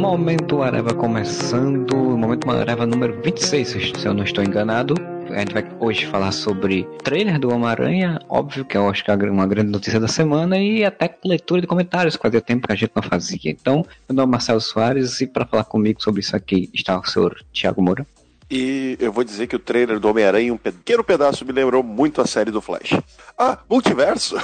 Momento Areva começando, Momento Areva número 26, se eu não estou enganado. A gente vai hoje falar sobre trailer do Homem-Aranha, óbvio que eu acho que é uma grande notícia da semana, e até leitura de comentários, que fazia tempo que a gente não fazia. Então, meu nome é Marcelo Soares e para falar comigo sobre isso aqui está o senhor Thiago Moura. E eu vou dizer que o trailer do Homem-Aranha, um pequeno pedaço, me lembrou muito a série do Flash. Ah, multiverso?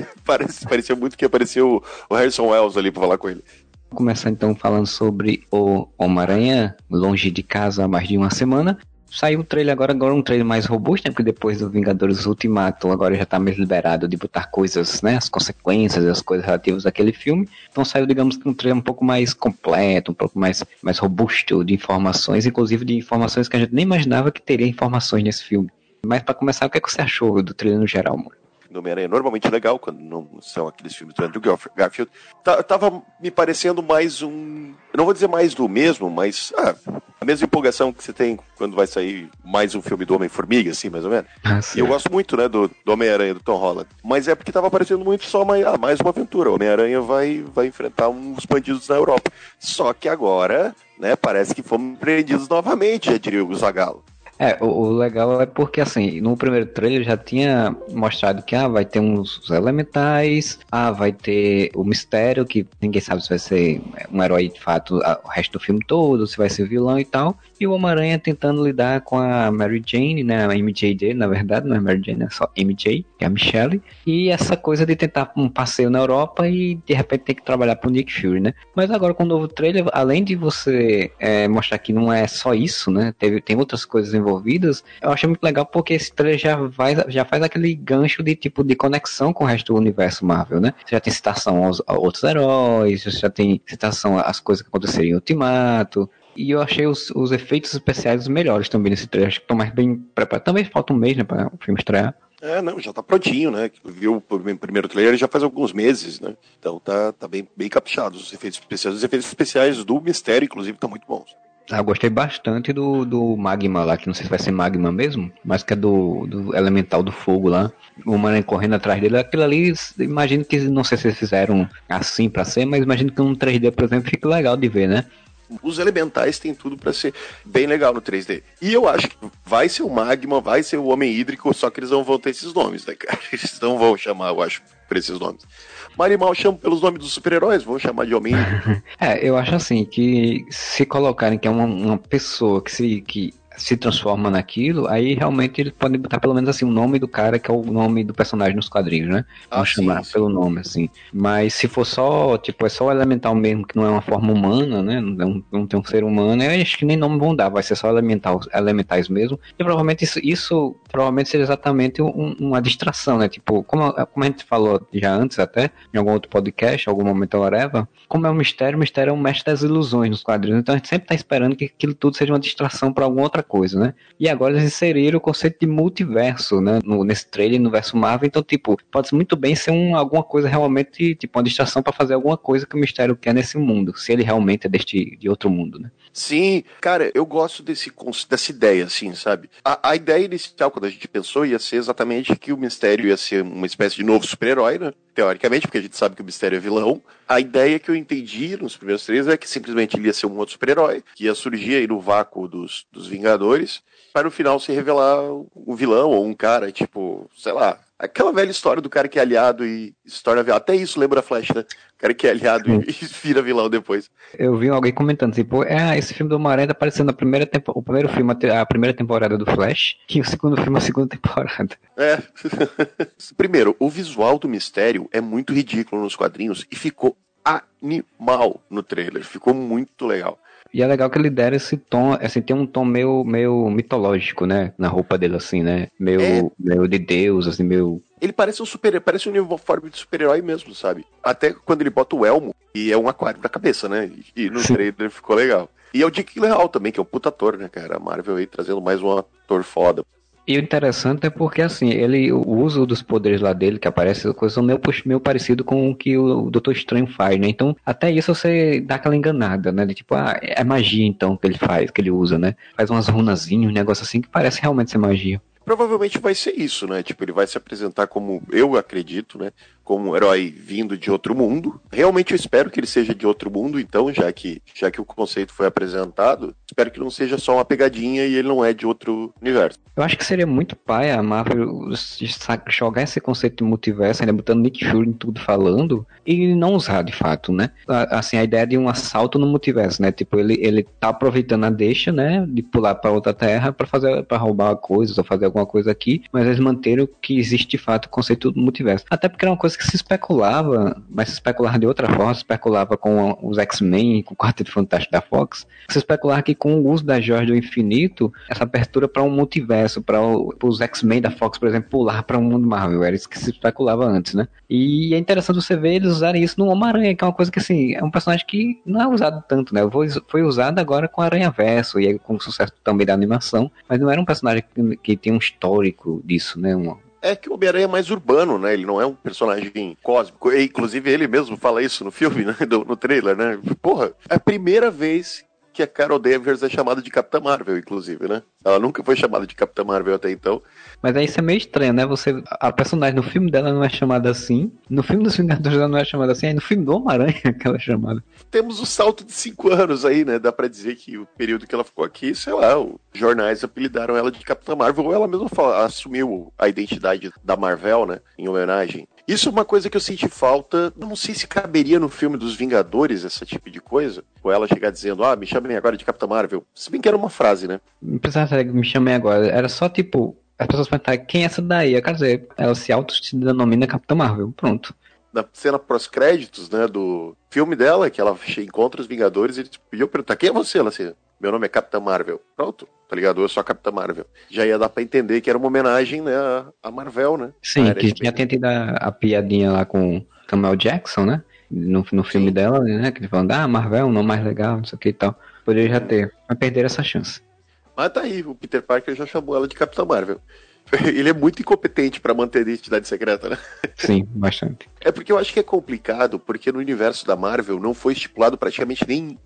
Parecia muito que apareceu o Harrison Wells ali pra falar com ele. Vou começar então falando sobre o Homem-Aranha, longe de casa há mais de uma semana. Saiu o trailer agora um trailer mais robusto, né? Porque depois do Vingadores Ultimato, agora já tá mais liberado de botar coisas, né? As consequências, as coisas relativas àquele filme. Então saiu, digamos que um trailer um pouco mais completo, um pouco mais robusto de informações, inclusive de informações que a gente nem imaginava que teria informações nesse filme. Mas para começar, o que você achou do trailer no geral, amor? Do Homem-Aranha é normalmente legal, quando não são aqueles filmes do Andrew Garfield. Tava me parecendo mais um... Eu não vou dizer mais do mesmo, mas... a mesma empolgação que você tem quando vai sair mais um filme do Homem-Formiga, assim, mais ou menos. E eu gosto muito, né, do Homem-Aranha, do Tom Holland. Mas é porque tava parecendo muito só mais uma aventura. O Homem-Aranha vai enfrentar uns bandidos na Europa. Só que agora, né, parece que fomos prendidos novamente, já diria o Zagallo. O legal é porque, assim, no primeiro trailer já tinha mostrado que vai ter uns elementais, vai ter o mistério, que ninguém sabe se vai ser um herói de fato o resto do filme todo, se vai ser vilão e tal, e o Homem-Aranha tentando lidar com a Mary Jane, né, a MJ dele, na verdade, não é Mary Jane, é só MJ, que é a Michelle, e essa coisa de tentar um passeio na Europa e de repente ter que trabalhar pro Nick Fury, né. Mas agora com o novo trailer, além de você mostrar que não é só isso, né, tem outras coisas envolvidas, eu achei muito legal porque esse trailer já faz aquele gancho de tipo de conexão com o resto do universo Marvel, né? Você já tem citação a outros heróis, você já tem citação às coisas que aconteceram em Ultimato, e eu achei os efeitos especiais os melhores também nesse trailer, acho que estão mais bem preparados. Também falta um mês, né, para o filme estrear. Não, já tá prontinho, né? Viu o primeiro trailer já faz alguns meses, né? Então tá bem caprichado os efeitos especiais. Os efeitos especiais do Mistério, inclusive, estão muito bons. Eu gostei bastante do Magma lá, que não sei se vai ser Magma mesmo, mas que é do elemental do fogo lá. O Homem correndo atrás dele, aquilo ali, imagino que, não sei se eles fizeram assim pra ser, mas imagino que um 3D, por exemplo, fique legal de ver, né? Os elementais têm tudo pra ser bem legal no 3D. E eu acho que vai ser o Magma, vai ser o Homem Hídrico, só que eles não vão ter esses nomes, né, cara? Eles não vão chamar, eu acho, por esses nomes. Marimal chama pelos nomes dos super-heróis, vão chamar de Homem Hídrico. Eu acho assim, que se colocarem que é uma pessoa que se transforma naquilo, aí realmente eles podem botar pelo menos assim o nome do cara, que é o nome do personagem nos quadrinhos, né? Vamos chamar pelo nome, assim. Mas se for só, tipo, é só o elemental mesmo, que não é uma forma humana, né? Não tem um ser humano, eu acho que nem nome vão dar, vai ser só elementais mesmo. E provavelmente isso provavelmente seja exatamente uma distração, né? Tipo, como a gente falou já antes até, em algum outro podcast, algum momento eu Areva, como é um mistério, o mistério é um mestre das ilusões nos quadrinhos, então a gente sempre tá esperando que aquilo tudo seja uma distração para alguma outra coisa, né? E agora eles inseriram o conceito de multiverso, né? Nesse trailer, no verso Marvel, então, tipo, pode muito bem ser alguma coisa realmente, tipo, uma distração para fazer alguma coisa que o mistério quer nesse mundo, se ele realmente é de outro mundo, né? Sim, cara, eu gosto dessa ideia, assim, sabe? A ideia inicial, quando a gente pensou, ia ser exatamente que o Mistério ia ser uma espécie de novo super-herói, né? Teoricamente, porque a gente sabe que o Mistério é vilão. A ideia que eu entendi nos primeiros três é que simplesmente ele ia ser um outro super-herói, que ia surgir aí no vácuo dos Vingadores, para no final se revelar um vilão ou um cara, tipo, sei lá, aquela velha história do cara que é aliado e se torna vilão. Até isso lembra Flash, né? O cara que é aliado e vira vilão depois. Eu vi alguém comentando, tipo, esse filme do Homem-Aranha tá parecendo o primeiro filme, a primeira temporada do Flash, e o segundo filme, a segunda temporada. Primeiro, o visual do Mistério é muito ridículo nos quadrinhos e ficou animal no trailer. Ficou muito legal. E é legal que ele der esse tom, assim, tem um tom meio mitológico, né? Na roupa dele, assim, né? Meio de Deus, assim, meio... Ele parece parece um uniforme de super-herói mesmo, sabe? Até quando ele bota o elmo, e é um aquário na cabeça, né? E no trailer ficou legal. E é o Jake Gyllenhaal também, que é um puta ator, né, cara? A Marvel aí trazendo mais um ator foda. E o interessante é porque, assim, o uso dos poderes lá dele, que aparece, coisa meio parecido com o que o Doutor Estranho faz, né? Então, até isso você dá aquela enganada, né? De tipo, é magia, então, que ele faz, que ele usa, né? Faz umas runazinhas, um negócio assim, que parece realmente ser magia. Provavelmente vai ser isso, né? Tipo, ele vai se apresentar como, eu acredito, né? como um herói vindo de outro mundo. Realmente eu espero que ele seja de outro mundo, então, já que o conceito foi apresentado, espero que não seja só uma pegadinha e ele não é de outro universo. Eu acho que seria muito paia a Marvel jogar esse conceito de multiverso, ainda botando Nick Fury em tudo falando, e não usar de fato, né? Assim, a ideia de um assalto no multiverso, né? Tipo, ele tá aproveitando a deixa, né? De pular pra outra terra pra roubar coisas ou fazer alguma coisa aqui, mas eles manteram que existe de fato o conceito do multiverso. Até porque era uma coisa que se especulava, mas se especulava de outra forma, se especulava com os X-Men, com o Quarteto Fantástico da Fox, se especulava que com o uso da Joia do Infinito, essa abertura para um multiverso, para os X-Men da Fox, por exemplo, pular para um mundo Marvel, era isso que se especulava antes, né? E é interessante você ver eles usarem isso no Homem-Aranha, que é uma coisa que, assim, é um personagem que não é usado tanto, né? Foi usado agora com Aranha-Verso, e aí com o sucesso também da animação, mas não era um personagem que tem um histórico disso, né? É que o Homem-Aranha é mais urbano, né? Ele não é um personagem cósmico. E, inclusive, ele mesmo fala isso no filme, né? No trailer, né? Porra, é a primeira vez que a Carol Danvers é chamada de Capitã Marvel, inclusive, né? Ela nunca foi chamada de Capitã Marvel até então. Mas aí isso é meio estranho, né? A personagem no filme dela não é chamada assim, no filme dos Vingadores ela não é chamada assim, aí no filme do Homem-Aranha que ela é chamada. Temos o salto de 5 anos aí, né? Dá pra dizer que o período que ela ficou aqui, sei lá, os jornais apelidaram ela de Capitã Marvel, ou ela mesma assumiu a identidade da Marvel, né? Em homenagem. Isso é uma coisa que eu senti falta. Eu não sei se caberia no filme dos Vingadores esse tipo de coisa. Ou ela chegar dizendo, me chamem agora de Capitã Marvel. Se bem que era uma frase, né? Não precisava me chamem agora. Era só tipo, as pessoas perguntaram quem é essa daí? Quer dizer, ela se autodenomina Capitã Marvel. Pronto. Na cena pós-créditos, né, do filme dela, que ela encontra os Vingadores, ele pediu perguntar, quem é você? Ela assim, meu nome é Capitã Marvel. Pronto, tá ligado? Eu sou a Capitã Marvel. Já ia dar pra entender que era uma homenagem, né, à Marvel, né? Sim, que já tinha tido a piadinha lá com Samuel Jackson, né? No filme dela, né? Que ele falando, Marvel, não mais legal, não sei o que e tal. Poderia já ter, mas perderam essa chance. Mas tá aí, o Peter Parker já chamou ela de Capitã Marvel. Ele é muito incompetente pra manter a identidade secreta, né? Sim, bastante. É porque eu acho que é complicado, porque no universo da Marvel não foi estipulado praticamente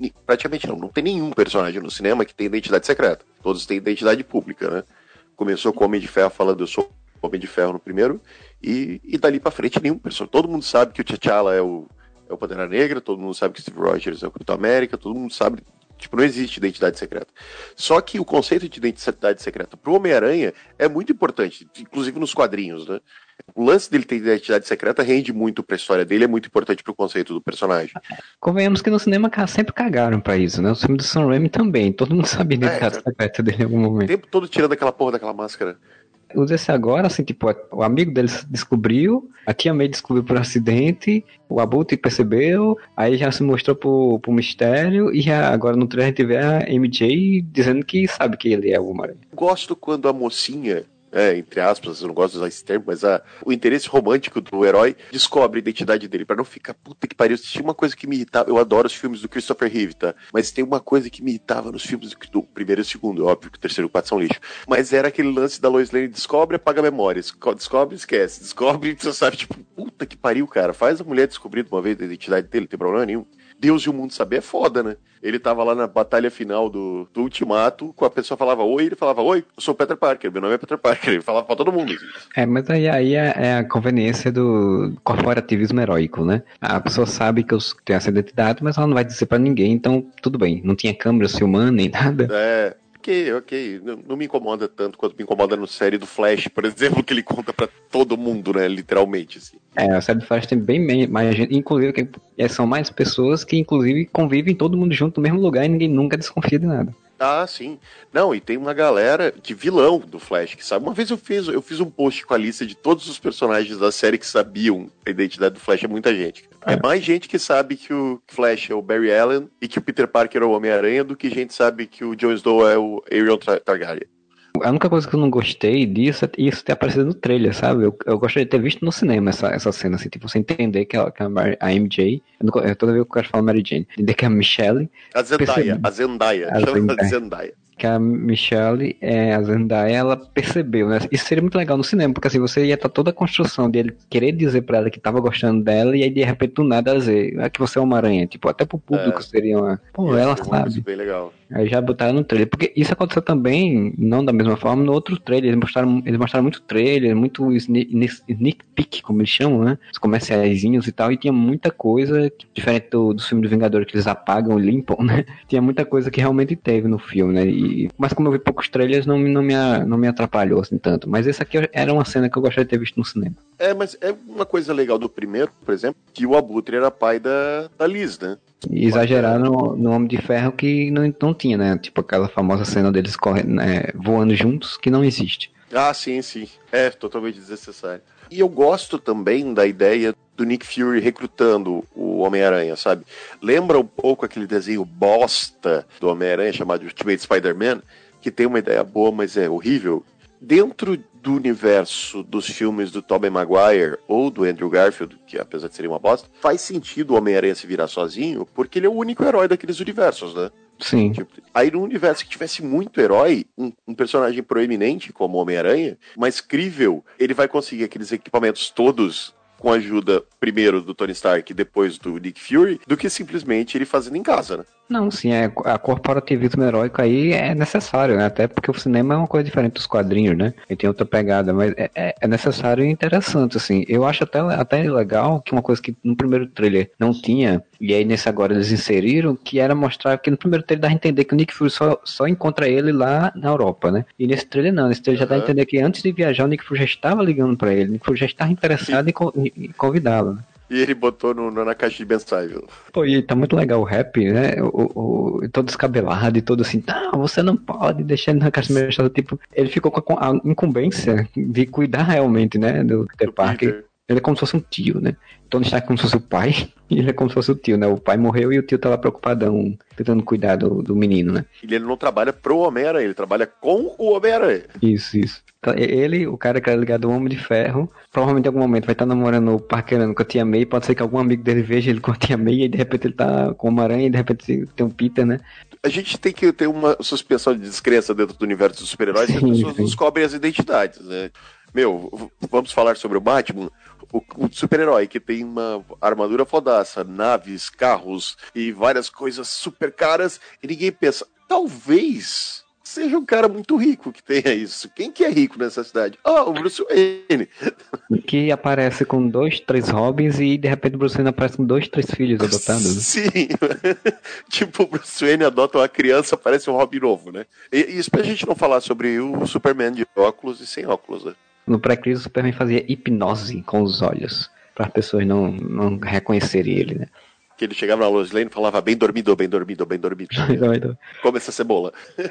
não tem nenhum personagem no cinema que tem identidade secreta. Todos têm identidade pública, né? Começou com o Homem de Ferro falando eu sou Homem de Ferro no primeiro, e dali pra frente nenhum personagem. Todo mundo sabe que o T'Challa é o Pantera Negra, todo mundo sabe que o Steve Rogers é o Capitão América, todo mundo sabe. Tipo, não existe identidade secreta. Só que o conceito de identidade secreta pro Homem-Aranha é muito importante, inclusive nos quadrinhos, né? O lance dele ter identidade secreta rende muito pra história dele, é muito importante pro conceito do personagem. Convenhamos que no cinema sempre cagaram pra isso, né? O filme do Sam Raimi também, todo mundo sabia da identidade secreta dele em algum momento. O tempo todo tirando aquela porra daquela máscara. Usa esse agora, assim, tipo, o amigo dele descobriu, a Tia May descobriu por acidente, o Abutre percebeu, aí já se mostrou pro Mistério, e agora no trailer a gente vê a MJ dizendo que sabe que ele é o Homem-Aranha. Gosto quando a mocinha, entre aspas, eu não gosto de usar esse termo, mas o interesse romântico do herói descobre a identidade dele, pra não ficar, puta que pariu. Tinha uma coisa que me irritava, eu adoro os filmes do Christopher Reeve, tá? Mas tem uma coisa que me irritava nos filmes do primeiro e segundo, óbvio que o terceiro e o quarto são lixo, mas era aquele lance da Lois Lane, descobre, apaga a memória, descobre, esquece, descobre, você sabe, tipo, puta que pariu, cara, faz a mulher descobrir de uma vez a identidade dele, não tem problema nenhum. Deus e o mundo saber é foda, né? Ele tava lá na batalha final do Ultimato, com a pessoa falava oi, ele falava oi, eu sou o Peter Parker, meu nome é Peter Parker, ele falava pra todo mundo. Mas aí é a conveniência do corporativismo heróico, né? A pessoa sabe que eu tenho essa identidade, mas ela não vai dizer pra ninguém, então tudo bem, não tinha câmera filmando nem nada. Ok. Não me incomoda tanto quanto me incomoda no série do Flash, por exemplo, que ele conta pra todo mundo, né? Literalmente, assim. A série do Flash tem bem mais gente, inclusive, são mais pessoas que, inclusive, convivem todo mundo junto no mesmo lugar e ninguém nunca desconfia de nada. Ah, sim. Não, e tem uma galera de vilão do Flash que sabe. Uma vez eu fiz um post com a lista de todos os personagens da série que sabiam a identidade do Flash. É muita gente. É mais gente que sabe que o Flash é o Barry Allen e que o Peter Parker é o Homem-Aranha do que gente sabe que o Jon Snow é o Aerion Targaryen. A única coisa que eu não gostei disso é isso ter aparecido no trailer, sabe? Eu gostaria de ter visto no cinema essa cena, assim, tipo, você entender que a MJ, toda vez que eu quero falar Mary Jane, entender que a Michelle... A Zendaya. Que a Michelle, a Zendaya, ela percebeu, né? Isso seria muito legal no cinema, porque assim, você ia estar toda a construção dele querer dizer pra ela que tava gostando dela, e aí de repente do nada ela dizer, que você é uma aranha, tipo, até pro público seria uma... Pô, ela sabe. Bem legal. Aí já botaram no trailer. Porque isso aconteceu também, não da mesma forma, no outro trailer. Eles mostraram muito trailer, muito sneak peek, como eles chamam, né? Os comerciaizinhos e tal. E tinha muita coisa, diferente do filme do Vingador, que eles apagam e limpam, né? Tinha muita coisa que realmente teve no filme, né? Mas como eu vi poucos trailers, não me atrapalhou assim tanto. Mas esse aqui era uma cena que eu gostaria de ter visto no cinema. Mas é uma coisa legal do primeiro, por exemplo, que o Abutre era pai da Liz, né? E exageraram no Homem de Ferro que não tinha, né? Tipo aquela famosa cena deles correndo, né, voando juntos, que não existe. Ah, sim, sim. É totalmente desnecessário. E eu gosto também da ideia do Nick Fury recrutando o Homem-Aranha, sabe? Lembra um pouco aquele desenho bosta do Homem-Aranha chamado Ultimate Spider-Man, que tem uma ideia boa, mas é horrível. Dentro do universo dos filmes do Tobey Maguire ou do Andrew Garfield, que apesar de ser uma bosta, faz sentido o Homem-Aranha se virar sozinho, porque ele é o único herói daqueles universos, né? Sim. Tipo, aí num universo que tivesse muito herói, um personagem proeminente como o Homem-Aranha, mas crível, ele vai conseguir aqueles equipamentos todos com a ajuda primeiro do Tony Stark e depois do Nick Fury, do que simplesmente ele fazendo em casa, né? Não, sim, a corporativismo heróico aí é necessário, né? Até porque o cinema é uma coisa diferente dos quadrinhos, né? Ele tem outra pegada, mas é necessário e interessante, assim. Eu acho até legal que uma coisa que no primeiro trailer não tinha, e aí nesse agora eles inseriram, que era mostrar que no primeiro trailer dá a entender que o Nick Fury só encontra ele lá na Europa, né? E nesse trailer não, nesse trailer já dá a entender que antes de viajar o Nick Fury já estava ligando pra ele, o Nick Fury já estava interessado em convidá-lo, né? E ele botou na caixa de mensagem. Pô, e tá muito legal o rap, né? Todo descabelado e todo assim, não, você não pode deixar ele na caixa de mensagem. Tipo, ele ficou com a incumbência de cuidar realmente, né? Do Peter Parker. Ele é como se fosse um tio, né? Tony Stark é como se fosse o pai, e ele é como se fosse o tio, né? O pai morreu e o tio tá lá preocupadão, tentando cuidar do menino, né? Ele não trabalha pro Homem-Aranha, ele trabalha com o Homem-Aranha. Isso. Ele, o cara que era ligado ao Homem de Ferro, provavelmente em algum momento vai estar namorando, paquerando com a Tia May, pode ser que algum amigo dele veja ele com a Tia May, e de repente ele tá com o Homem-Aranha, e de repente tem um Peter, né? A gente tem que ter uma suspensão de descrença dentro do universo dos super-heróis, que as pessoas não descobrem as identidades, né? Vamos falar sobre o Batman, o super-herói que tem uma armadura fodaça, naves, carros e várias coisas super caras, e ninguém pensa, talvez seja um cara muito rico que tenha isso. Quem que é rico nessa cidade? O Bruce Wayne. Que aparece com 2, 3 hobbies e de repente o Bruce Wayne aparece com 2, 3 filhos adotados. Sim. Tipo, o Bruce Wayne adota uma criança, parece um hobby novo, né? E isso pra gente não falar sobre o Superman de óculos e sem óculos, né? No pré-crise, o Superman fazia hipnose com os olhos, para as pessoas não reconhecerem ele, né? Que ele chegava na Lois Lane e falava bem dormido, bem dormido, bem dormido. Come essa cebola.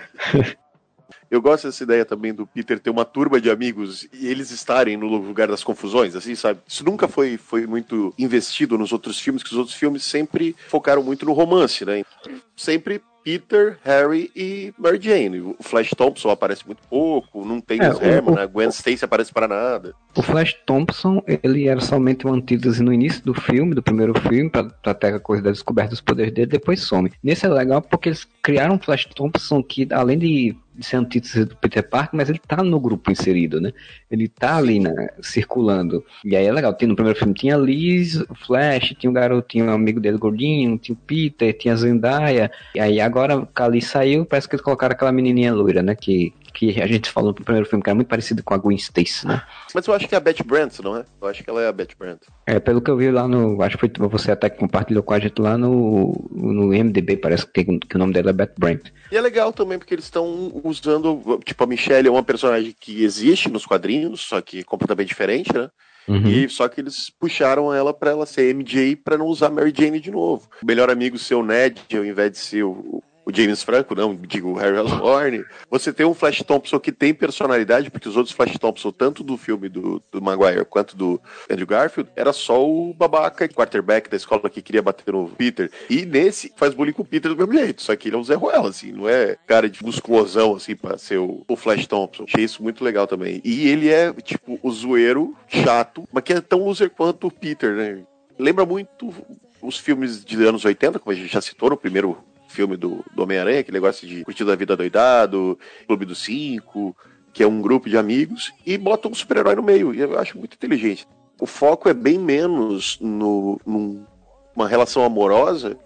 Eu gosto dessa ideia também do Peter ter uma turma de amigos e eles estarem no lugar das confusões, assim, sabe? Isso nunca foi muito investido nos outros filmes, que os outros filmes sempre focaram muito no romance, né? Sempre Peter, Harry e Mary Jane. O Flash Thompson aparece muito pouco, não tem os Herman, a Gwen Stacy aparece para nada. O Flash Thompson, ele era somente mantido assim, no início do filme, do primeiro filme, pra ter a coisa da descoberta dos poderes dele, depois some. Nesse é legal porque eles criaram um Flash Thompson que, além de ser antítese do Peter Parker, mas ele tá no grupo inserido, né? Ele tá ali, né, circulando. E aí é legal, no primeiro filme tinha a Liz, o Flash, tinha um garotinho, um amigo dele gordinho, tinha o Peter, tinha a Zendaya. E aí agora que a Liz saiu, parece que eles colocaram aquela menininha loira, né? Que a gente falou no primeiro filme, que era muito parecido com a Gwen Stacy, né? Mas eu acho que é a Betty Brant, não é? Eu acho que ela é a Betty Brant. Pelo que eu vi lá no... Acho que foi você até que compartilhou com a gente lá no MDB, parece que o nome dela é Betty Brant. E é legal também, porque eles estão usando... Tipo, a Michelle é uma personagem que existe nos quadrinhos, só que completamente diferente, né? Uhum. E só que eles puxaram ela pra ela ser MJ pra não usar Mary Jane de novo. O melhor amigo ser o Ned, ao invés de ser o James Franco, não, digo, o Harry Osborn. Você tem um Flash Thompson que tem personalidade, porque os outros Flash Thompson, tanto do filme do Maguire quanto do Andrew Garfield, era só o babaca, quarterback da escola que queria bater no Peter. E nesse, faz bullying com o Peter do mesmo jeito, só que ele é um Zé Ruela, assim, não é cara de musculosão, assim, pra ser o Flash Thompson. Achei isso muito legal também. E ele é, tipo, o zoeiro chato, mas que é tão loser quanto o Peter, né? Lembra muito os filmes de anos 80, como a gente já citou no primeiro filme do Homem-Aranha, aquele negócio de curtir da vida doidado, Clube dos Cinco, que é um grupo de amigos, e bota um super-herói no meio, e eu acho muito inteligente. O foco é bem menos numa relação amorosa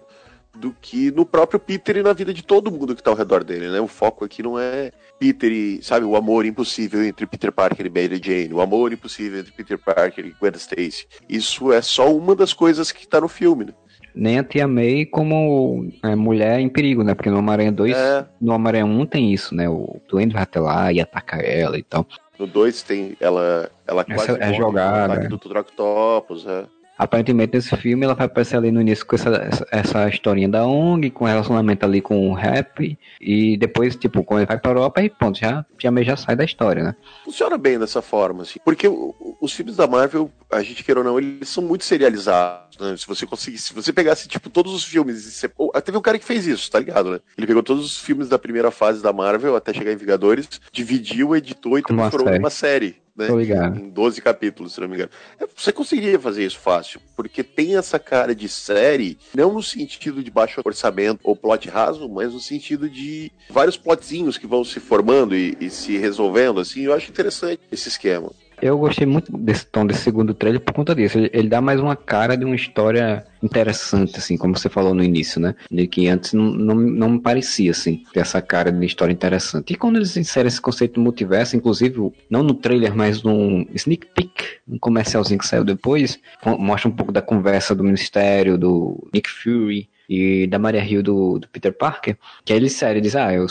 do que no próprio Peter e na vida de todo mundo que tá ao redor dele, né? O foco aqui não é Peter e, sabe, o amor impossível entre Peter Parker e Mary Jane, o amor impossível entre Peter Parker e Gwen Stacy. Isso é só uma das coisas que tá no filme, né? Nem a Tia May como mulher em perigo, né? Porque no Homem-Aranha 2, no Homem-Aranha 1 tem isso, né? O Duende vai até lá e ataca ela e tal. No 2 tem ela quase é jogada, no ataque do Troctopus, Aparentemente nesse filme ela vai aparecer ali no início com essa historinha da ONG, com relacionamento ali com o rap, e depois, tipo, quando ele vai pra Europa, aí pronto, já meio já sai da história, né? Funciona bem dessa forma, assim, porque os filmes da Marvel, a gente queira ou não, eles são muito serializados, né? Se você pegasse, tipo, todos os filmes, teve um cara que fez isso, tá ligado, né? Ele pegou todos os filmes da primeira fase da Marvel, até chegar em Vingadores, dividiu, editou e transformou numa série. Né? Em 12 capítulos, se não me engano. Você conseguiria fazer isso fácil, porque tem essa cara de série, não no sentido de baixo orçamento ou plot raso, mas no sentido de vários plotzinhos que vão se formando e se resolvendo, assim. Eu acho interessante esse esquema. Eu gostei muito desse tom desse segundo trailer por conta disso. Ele dá mais uma cara de uma história interessante, assim, como você falou no início, né? De que antes não me parecia, assim, ter essa cara de história interessante. E quando eles inserem esse conceito do multiverso, inclusive, não no trailer, mas num sneak peek, um comercialzinho que saiu depois, mostra um pouco da conversa do Ministério, do Nick Fury e da Maria Hill do Peter Parker, que aí ele sério, diz, eu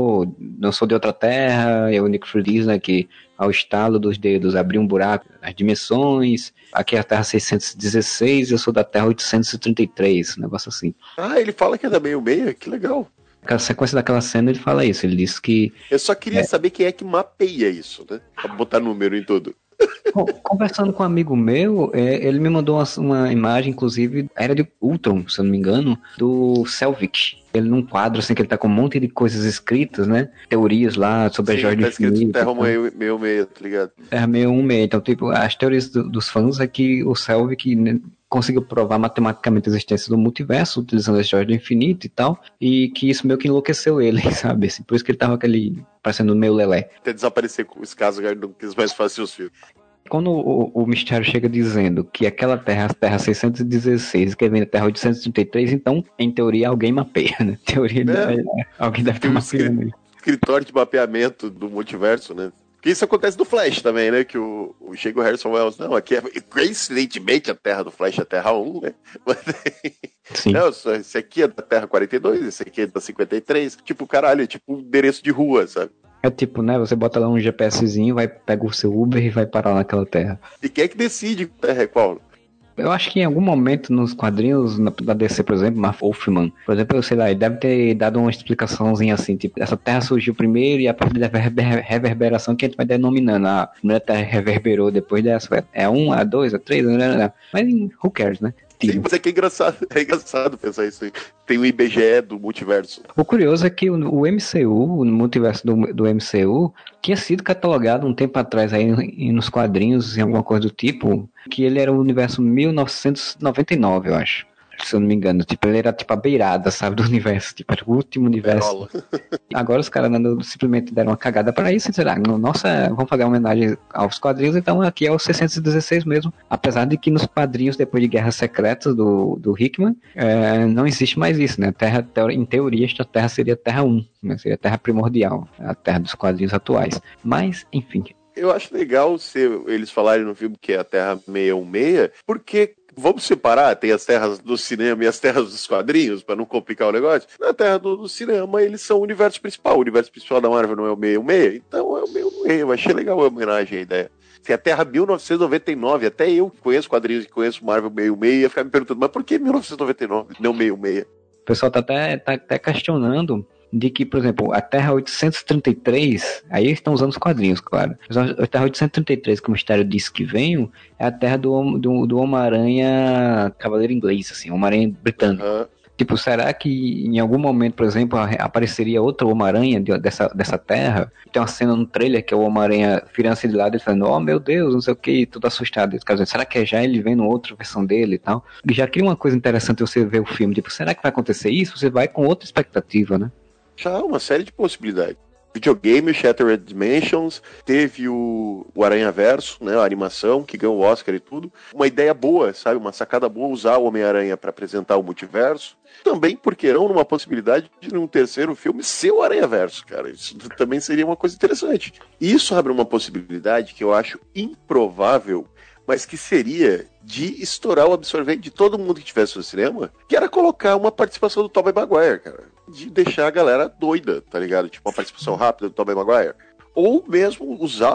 não sou de outra terra, e o Nick Fury diz, né, que ao estalo dos dedos abriu um buraco nas dimensões, aqui é a Terra 616, eu sou da Terra 833, um negócio assim. Ele fala que é da meio-meia, que legal. Na sequência daquela cena ele fala isso, ele diz que... Eu só queria saber quem é que mapeia isso, né, pra botar número em tudo. Conversando com um amigo meu, ele me mandou uma imagem, inclusive, era de Ultron, se eu não me engano, do Selvig. Ele num quadro, assim, que ele tá com um monte de coisas escritas, né? Teorias lá sobre a Jordan escrito Terra meio-meia, tá ligado? Terra meio-meia. Então, tipo, as teorias dos fãs é que o Selvig, né, conseguiu provar matematicamente a existência do multiverso, utilizando as joias do infinito e tal, e que isso meio que enlouqueceu ele, sabe? Assim, por isso que ele tava parecendo meio lelé. Até desaparecer com os casos, ele não quis mais fazer os filmes. Quando o Mistério chega dizendo que aquela terra, a Terra 616, que vem da Terra 833, então, em teoria, alguém mapeia, né? Em teoria, alguém deve ter mapeado. Escritório de mapeamento do multiverso, né? Porque isso acontece no Flash também, né? Que chega o Harrison Wells, não, aqui é coincidentemente a Terra do Flash é a Terra 1, né? Sim. Não, esse aqui é da Terra 42, esse aqui é da 53. Tipo, caralho, é tipo um endereço de rua, sabe? É tipo, né, você bota lá um GPSzinho, pega o seu Uber e vai parar naquela terra. E quem é que decide que terra é qual? Eu acho que em algum momento nos quadrinhos da DC, por exemplo, Marv Wolfman, por exemplo, eu sei lá, ele deve ter dado uma explicaçãozinha assim, tipo, essa terra surgiu primeiro e a partir da reverberação que a gente vai denominando. A primeira terra reverberou depois dessa. É a 1, a 2, a 3, mas who cares, né? Sim, mas é que é engraçado pensar isso aí. Tem o IBGE do multiverso. O curioso é que o MCU, o multiverso do MCU, tinha sido catalogado um tempo atrás aí nos quadrinhos, em alguma coisa do tipo, que ele era o universo 1999, eu acho. Se eu não me engano, tipo, ele era tipo a beirada, sabe, do universo, tipo, era o último universo. Agora os caras simplesmente deram uma cagada para isso e disseram, nossa, vamos fazer uma homenagem aos quadrinhos, então aqui é o 616 mesmo. Apesar de que nos quadrinhos, depois de Guerras Secretas do Hickman, não existe mais isso, né? Em teoria, esta Terra seria Terra 1, né? Seria a Terra primordial, a Terra dos quadrinhos atuais. Mas, enfim. Eu acho legal eles falarem no filme que é a Terra 616, porque vamos separar, tem as terras do cinema e as terras dos quadrinhos, para não complicar o negócio. Na terra do cinema, eles são o universo principal. O universo principal da Marvel não é o 616, então é o 616. Eu achei legal a homenagem, a ideia. Se a Terra 1999, até eu que conheço quadrinhos e conheço Marvel 616, ia ficar me perguntando, mas por que 1999, não 616? O pessoal tá até questionando de que, por exemplo, a Terra 833, aí eles estão usando os quadrinhos, claro. A Terra 833, que o Mistério disse que veio, é a Terra do Homem-Aranha Cavaleiro Inglês, assim, Homem-Aranha britânico. Uhum. Tipo, será que em algum momento, por exemplo, apareceria outro Homem-Aranha dessa Terra? Tem uma cena no trailer que é o Homem-Aranha virando-se de lado e falando, oh meu Deus, não sei o que, tudo assustado. Será que é já ele vendo outra versão dele e tal? E já cria uma coisa interessante você ver o filme, tipo, será que vai acontecer isso? Você vai com outra expectativa, né? Já há uma série de possibilidades. videogame, o Shattered Dimensions, teve o Aranhaverso, né, a animação, que ganhou o Oscar e tudo. Uma ideia boa, sabe? Uma sacada boa usar o Homem-Aranha para apresentar o multiverso. Também, por que não, numa possibilidade de num terceiro filme ser o Aranhaverso, cara. Isso também seria uma coisa interessante. E isso abre uma possibilidade que eu acho improvável, mas que seria de estourar o absorvente de todo mundo que estivesse no cinema, que era colocar uma participação do Tobey Maguire, cara. De deixar a galera doida, tá ligado? Tipo, uma participação rápida do Tobey Maguire. Ou mesmo usar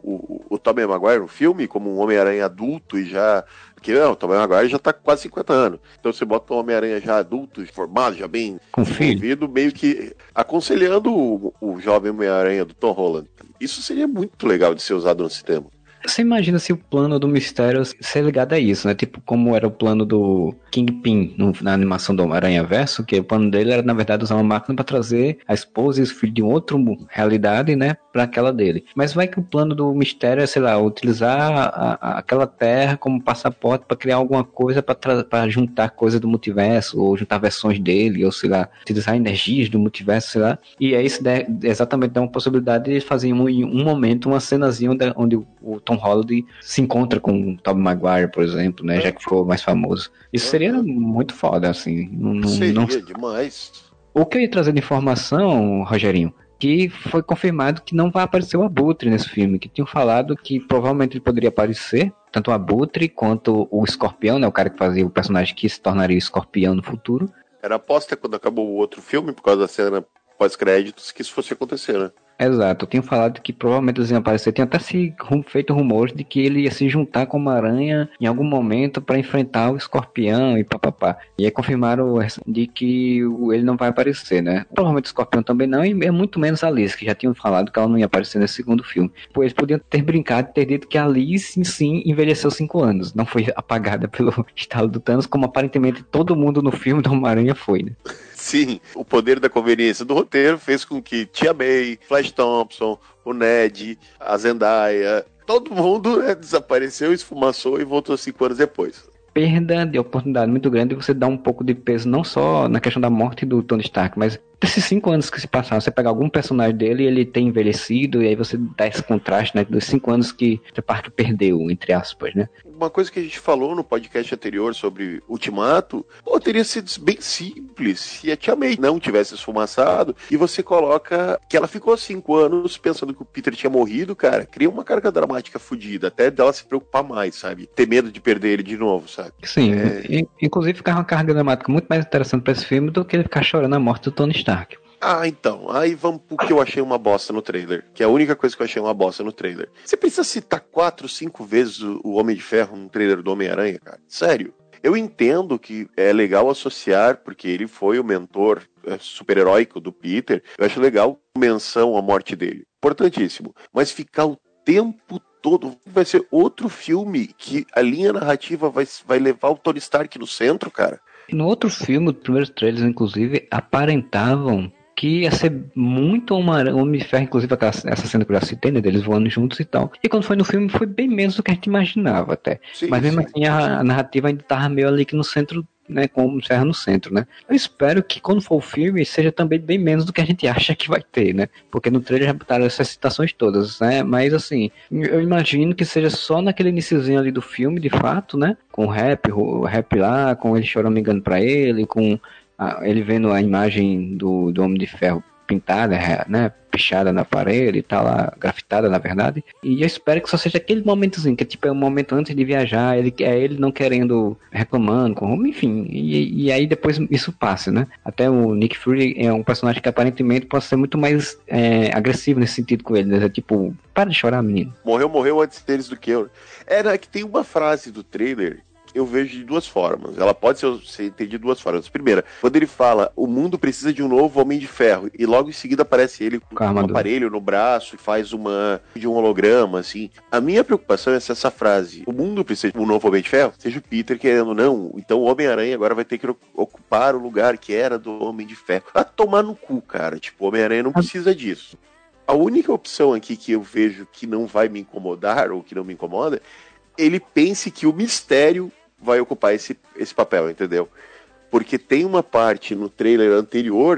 o Tobey Maguire no filme como um Homem-Aranha adulto e já... Porque não, o Tobey Maguire já tá com quase 50 anos. Então você bota um Homem-Aranha já adulto, formado, já bem desenvolvido, meio que aconselhando o jovem Homem-Aranha do Tom Holland. Isso seria muito legal de ser usado no cinema. Você imagina se o plano do Mistério ser ligado a isso, né? Tipo, como era o plano do Kingpin na animação do Aranhaverso, que o plano dele era, na verdade, usar uma máquina para trazer a esposa e os filhos de outra realidade, né? Para aquela dele. Mas vai que o plano do Mistério é, sei lá, utilizar aquela terra como passaporte para criar alguma coisa para juntar coisa do multiverso, ou juntar versões dele, ou sei lá, utilizar energias do multiverso, sei lá. E aí isso exatamente dá uma possibilidade de fazer em um momento uma cenazinha onde o Tom Holland se encontra com o Tobey Maguire, por exemplo, né? Já que ficou mais famoso. Isso seria muito foda, assim. Seria demais. O que eu ia trazer de informação, Rogerinho, que foi confirmado que não vai aparecer o Abutre nesse filme, que tinham falado que provavelmente ele poderia aparecer, tanto o Abutre quanto o Escorpião, né? O cara que fazia o personagem que se tornaria o Escorpião no futuro. Era aposta quando acabou o outro filme, por causa da cena pós-créditos, que isso fosse acontecer, né? Exato, eu tinha falado que provavelmente eles iam aparecer. Tinha até feito rumores de que ele ia se juntar com uma aranha em algum momento para enfrentar o escorpião e papapá. E aí confirmaram de que ele não vai aparecer, né? Provavelmente o escorpião também não, e é muito menos a Alice, que já tinham falado que ela não ia aparecer nesse segundo filme. Pois eles podiam ter brincado e ter dito que a Alice, sim, envelheceu 5 anos. Não foi apagada pelo estalo do Thanos, como aparentemente todo mundo no filme do Homem-Aranha foi, né? Sim, o poder da conveniência do roteiro fez com que Tia May, Flash Thompson, o Ned, a Zendaya, todo mundo desapareceu, esfumaçou e voltou 5 anos depois. Perda de oportunidade muito grande de você dar um pouco de peso não só na questão da morte do Tony Stark, mas desses 5 anos que se passaram, você pegar algum personagem dele e ele tem envelhecido, e aí você dá esse contraste, né, dos 5 anos que o Parker perdeu, entre aspas, né? Uma coisa que a gente falou no podcast anterior sobre Ultimato, teria sido bem simples se a Tia May não tivesse esfumaçado e você coloca que ela ficou 5 anos pensando que o Peter tinha morrido, cara, cria uma carga dramática fodida, até dela se preocupar mais, sabe? Ter medo de perder ele de novo, sabe? Sim, inclusive ficar uma carga dramática muito mais interessante pra esse filme do que ele ficar chorando a morte do Tony Stark. Então, aí vamos pro que eu achei uma bosta no trailer, que é a única coisa que eu achei uma bosta no trailer. Você precisa citar 4, 5 vezes o Homem de Ferro no trailer do Homem-Aranha, cara? Sério. Eu entendo que é legal associar, porque ele foi o mentor super-heróico do Peter. Eu acho legal menção à morte dele. Importantíssimo. Mas ficar o tempo todo vai ser outro filme que a linha narrativa vai levar o Tony Stark no centro, cara. No outro filme, os primeiros trailers, inclusive, aparentavam que ia ser muito Homem de Ferro, inclusive essa cena que eu já citei, né, deles voando juntos e tal. E quando foi no filme, foi bem menos do que a gente imaginava até. Sim, mas mesmo assim, a narrativa ainda tava meio ali que no centro, né, com o Homem de Ferro no centro, né. Eu espero que quando for o filme, seja também bem menos do que a gente acha que vai ter, né. Porque no trailer já botaram essas citações todas, né. Mas assim, eu imagino que seja só naquele iniciozinho ali do filme, de fato, né. Com o rap lá, com ele chorando, me engano pra ele, com ele vendo a imagem do Homem de Ferro pintada, né, pichada na parede e tal, lá, grafitada na verdade, e eu espero que só seja aquele momentozinho, que tipo é um momento antes de viajar, ele não querendo, reclamando, enfim, e aí depois isso passa, né, até o Nick Fury é um personagem que aparentemente pode ser muito mais agressivo nesse sentido com ele, né, tipo, para de chorar, menino. Morreu antes deles do que eu. Era que tem uma frase do trailer eu vejo de duas formas. Ela pode ser entendida de duas formas. Primeira, quando ele fala o mundo precisa de um novo Homem de Ferro, e logo em seguida aparece ele com um aparelho no braço e faz de um holograma, assim. A minha preocupação é se essa frase, o mundo precisa de um novo Homem de Ferro, seja o Peter querendo, não, então o Homem-Aranha agora vai ter que ocupar o lugar que era do Homem de Ferro. A tomar no cu, cara. Tipo, o Homem-Aranha não precisa disso. A única opção aqui que eu vejo que não vai me incomodar, ou que não me incomoda, ele pense que o Mistério vai ocupar esse papel, entendeu? Porque tem uma parte no trailer anterior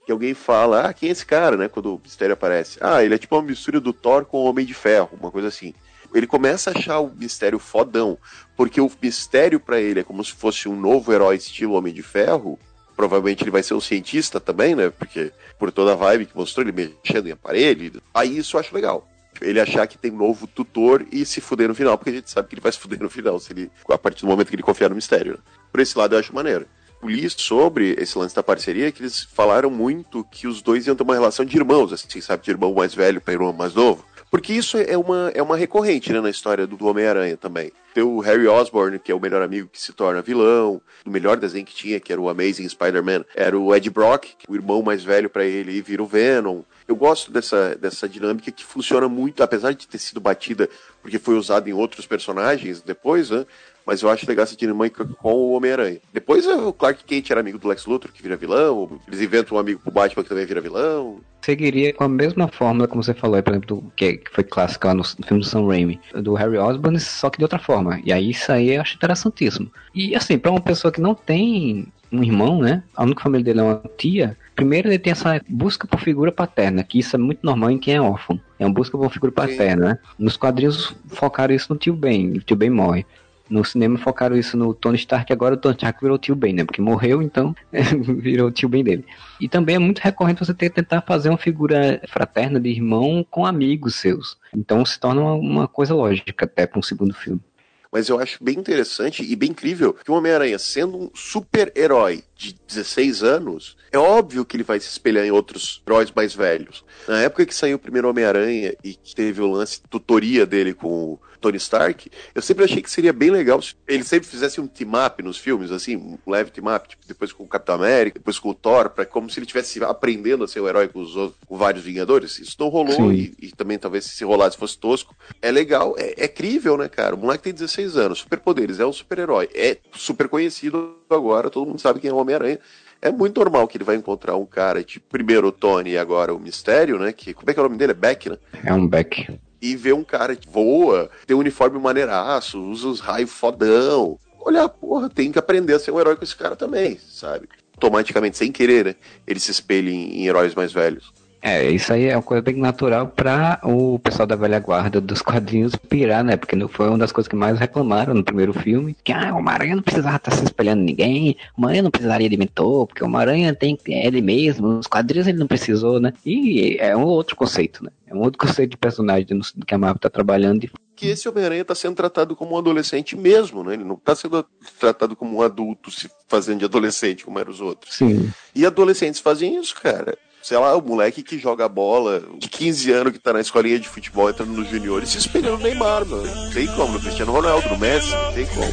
que alguém fala, quem é esse cara, né? Quando o Mistério aparece. Ele é tipo uma mistura do Thor com o Homem de Ferro, uma coisa assim. Ele começa a achar o Mistério fodão, porque o Mistério pra ele é como se fosse um novo herói estilo Homem de Ferro. Provavelmente ele vai ser um cientista também, né? Porque por toda a vibe que mostrou, ele mexendo em aparelho. Aí isso eu acho legal. Ele achar que tem um novo tutor e se fuder no final, porque a gente sabe que ele vai se fuder no final, a partir do momento que ele confiar no Mistério. Né? Por esse lado eu acho maneiro. Eu li sobre esse lance da parceria, que eles falaram muito que os dois iam ter uma relação de irmãos, assim, sabe? De irmão mais velho para irmão mais novo. Porque isso é uma recorrente, né, na história do Homem-Aranha também. Tem o Harry Osborn, que é o melhor amigo que se torna vilão. O melhor desenho que tinha, que era o Amazing Spider-Man, era o Ed Brock, o irmão mais velho pra ele, e vira o Venom. Eu gosto dessa dinâmica que funciona muito, apesar de ter sido batida, porque foi usada em outros personagens depois, né? Mas eu acho legal essa dinâmica com o Homem-Aranha. Depois o Clark Kent era amigo do Lex Luthor, que vira vilão. Eles inventam um amigo pro Batman, que também vira vilão. Seguiria com a mesma fórmula, como você falou, por exemplo, que foi clássica lá no filme do Sam Raimi, do Harry Osborn, só que de outra forma. E aí isso aí eu acho interessantíssimo. E assim, pra uma pessoa que não tem um irmão, né? A única família dele é uma tia. Primeiro ele tem essa busca por figura paterna, que isso é muito normal em quem é órfão. É uma busca por figura paterna, né? Nos quadrinhos focaram isso no tio Ben, o tio Ben morre. No cinema focaram isso no Tony Stark, agora o Tony Stark virou o tio Ben, né? Porque morreu, então virou o tio Ben dele. E também é muito recorrente você tentar fazer uma figura fraterna de irmão com amigos seus. Então se torna uma coisa lógica até para um segundo filme. Mas eu acho bem interessante e bem incrível que o Homem-Aranha, sendo um super-herói de 16 anos, é óbvio que ele vai se espelhar em outros heróis mais velhos. Na época que saiu o primeiro Homem-Aranha e que teve o lance de tutoria dele com o Tony Stark, eu sempre achei que seria bem legal se ele sempre fizesse um team-up nos filmes, assim, um leve team-up, tipo, depois com o Capitão América, depois com o Thor, como se ele estivesse aprendendo a ser um herói com vários Vingadores. Isso não rolou e também talvez se rolasse fosse tosco. É legal, é crível, né, cara? O moleque tem 16 anos, superpoderes, é um super-herói, é super conhecido agora, todo mundo sabe quem é o Homem-Aranha. É muito normal que ele vai encontrar um cara, tipo, primeiro o Tony e agora o Mistério, né? Como é que é o nome dele? É Beck, né? É um Beck. E ver um cara que voa, tem um uniforme maneiraço, usa os raios fodão. Olha, porra, tem que aprender a ser um herói com esse cara também, sabe? Automaticamente, sem querer, né? Ele se espelha em heróis mais velhos. Isso aí é uma coisa bem natural pra o pessoal da velha guarda dos quadrinhos pirar, né? Porque foi uma das coisas que mais reclamaram no primeiro filme. Que o Homem-Aranha não precisava estar se espelhando em ninguém, o Homem-Aranha não precisaria de mentor, porque o Homem-Aranha tem ele mesmo, nos quadrinhos ele não precisou, né? E é um outro conceito, né? É um outro conceito de personagem que a Marvel tá trabalhando. Que esse Homem-Aranha tá sendo tratado como um adolescente mesmo, né? Ele não tá sendo tratado como um adulto se fazendo de adolescente, como eram os outros. Sim. E adolescentes fazem isso, cara. Sei lá, o moleque que joga bola de 15 anos que tá na escolinha de futebol entrando nos juniores se espelhando no Neymar, mano. Não tem como, no Cristiano Ronaldo, no Messi, não tem como.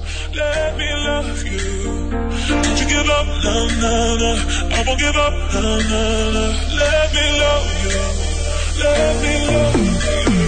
Let me love you. Don't you give up, no, no, no. I won't give up, no, no, no. Let me love you. Let me love you.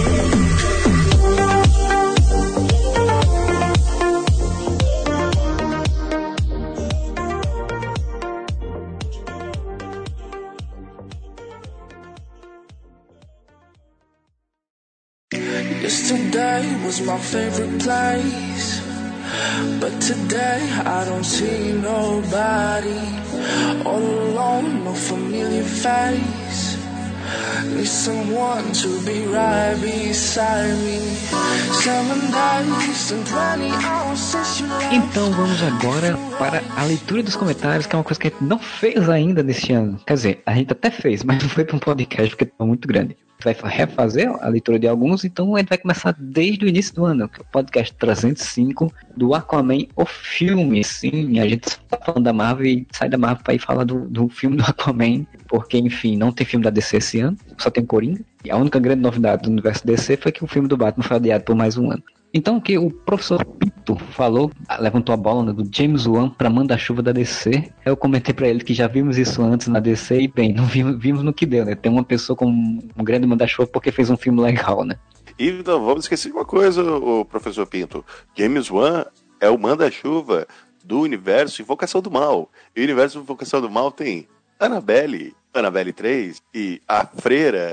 Yesterday was my favorite place, but today I don't see nobody. All alone, no familiar face. Need someone to be right beside me. 7 days and 20 hours since you left. Então vamos agora para a leitura dos comentários, que é uma coisa que a gente não fez ainda neste ano. Quer dizer, a gente até fez, mas não foi para um podcast porque estava muito grande. Vai refazer a leitura de alguns, então a gente vai começar desde o início do ano, que é o podcast 305 do Aquaman, o filme. Sim, a gente está falando da Marvel e sai da Marvel para ir falar do filme do Aquaman, porque, enfim, não tem filme da DC esse ano, só tem Coringa. E a única grande novidade do universo DC foi que o filme do Batman foi adiado por mais um ano. Então, o que o professor Pinto falou, levantou a bola, né, do James Wan para manda-chuva da DC. Eu comentei para ele que já vimos isso antes na DC e, bem, não vimos no que deu, né? Tem uma pessoa com um grande manda-chuva porque fez um filme legal, né? E não vamos esquecer de uma coisa, o professor Pinto. James Wan é o manda-chuva do universo Invocação do Mal. E o universo Invocação do Mal tem Annabelle 3 e a Freira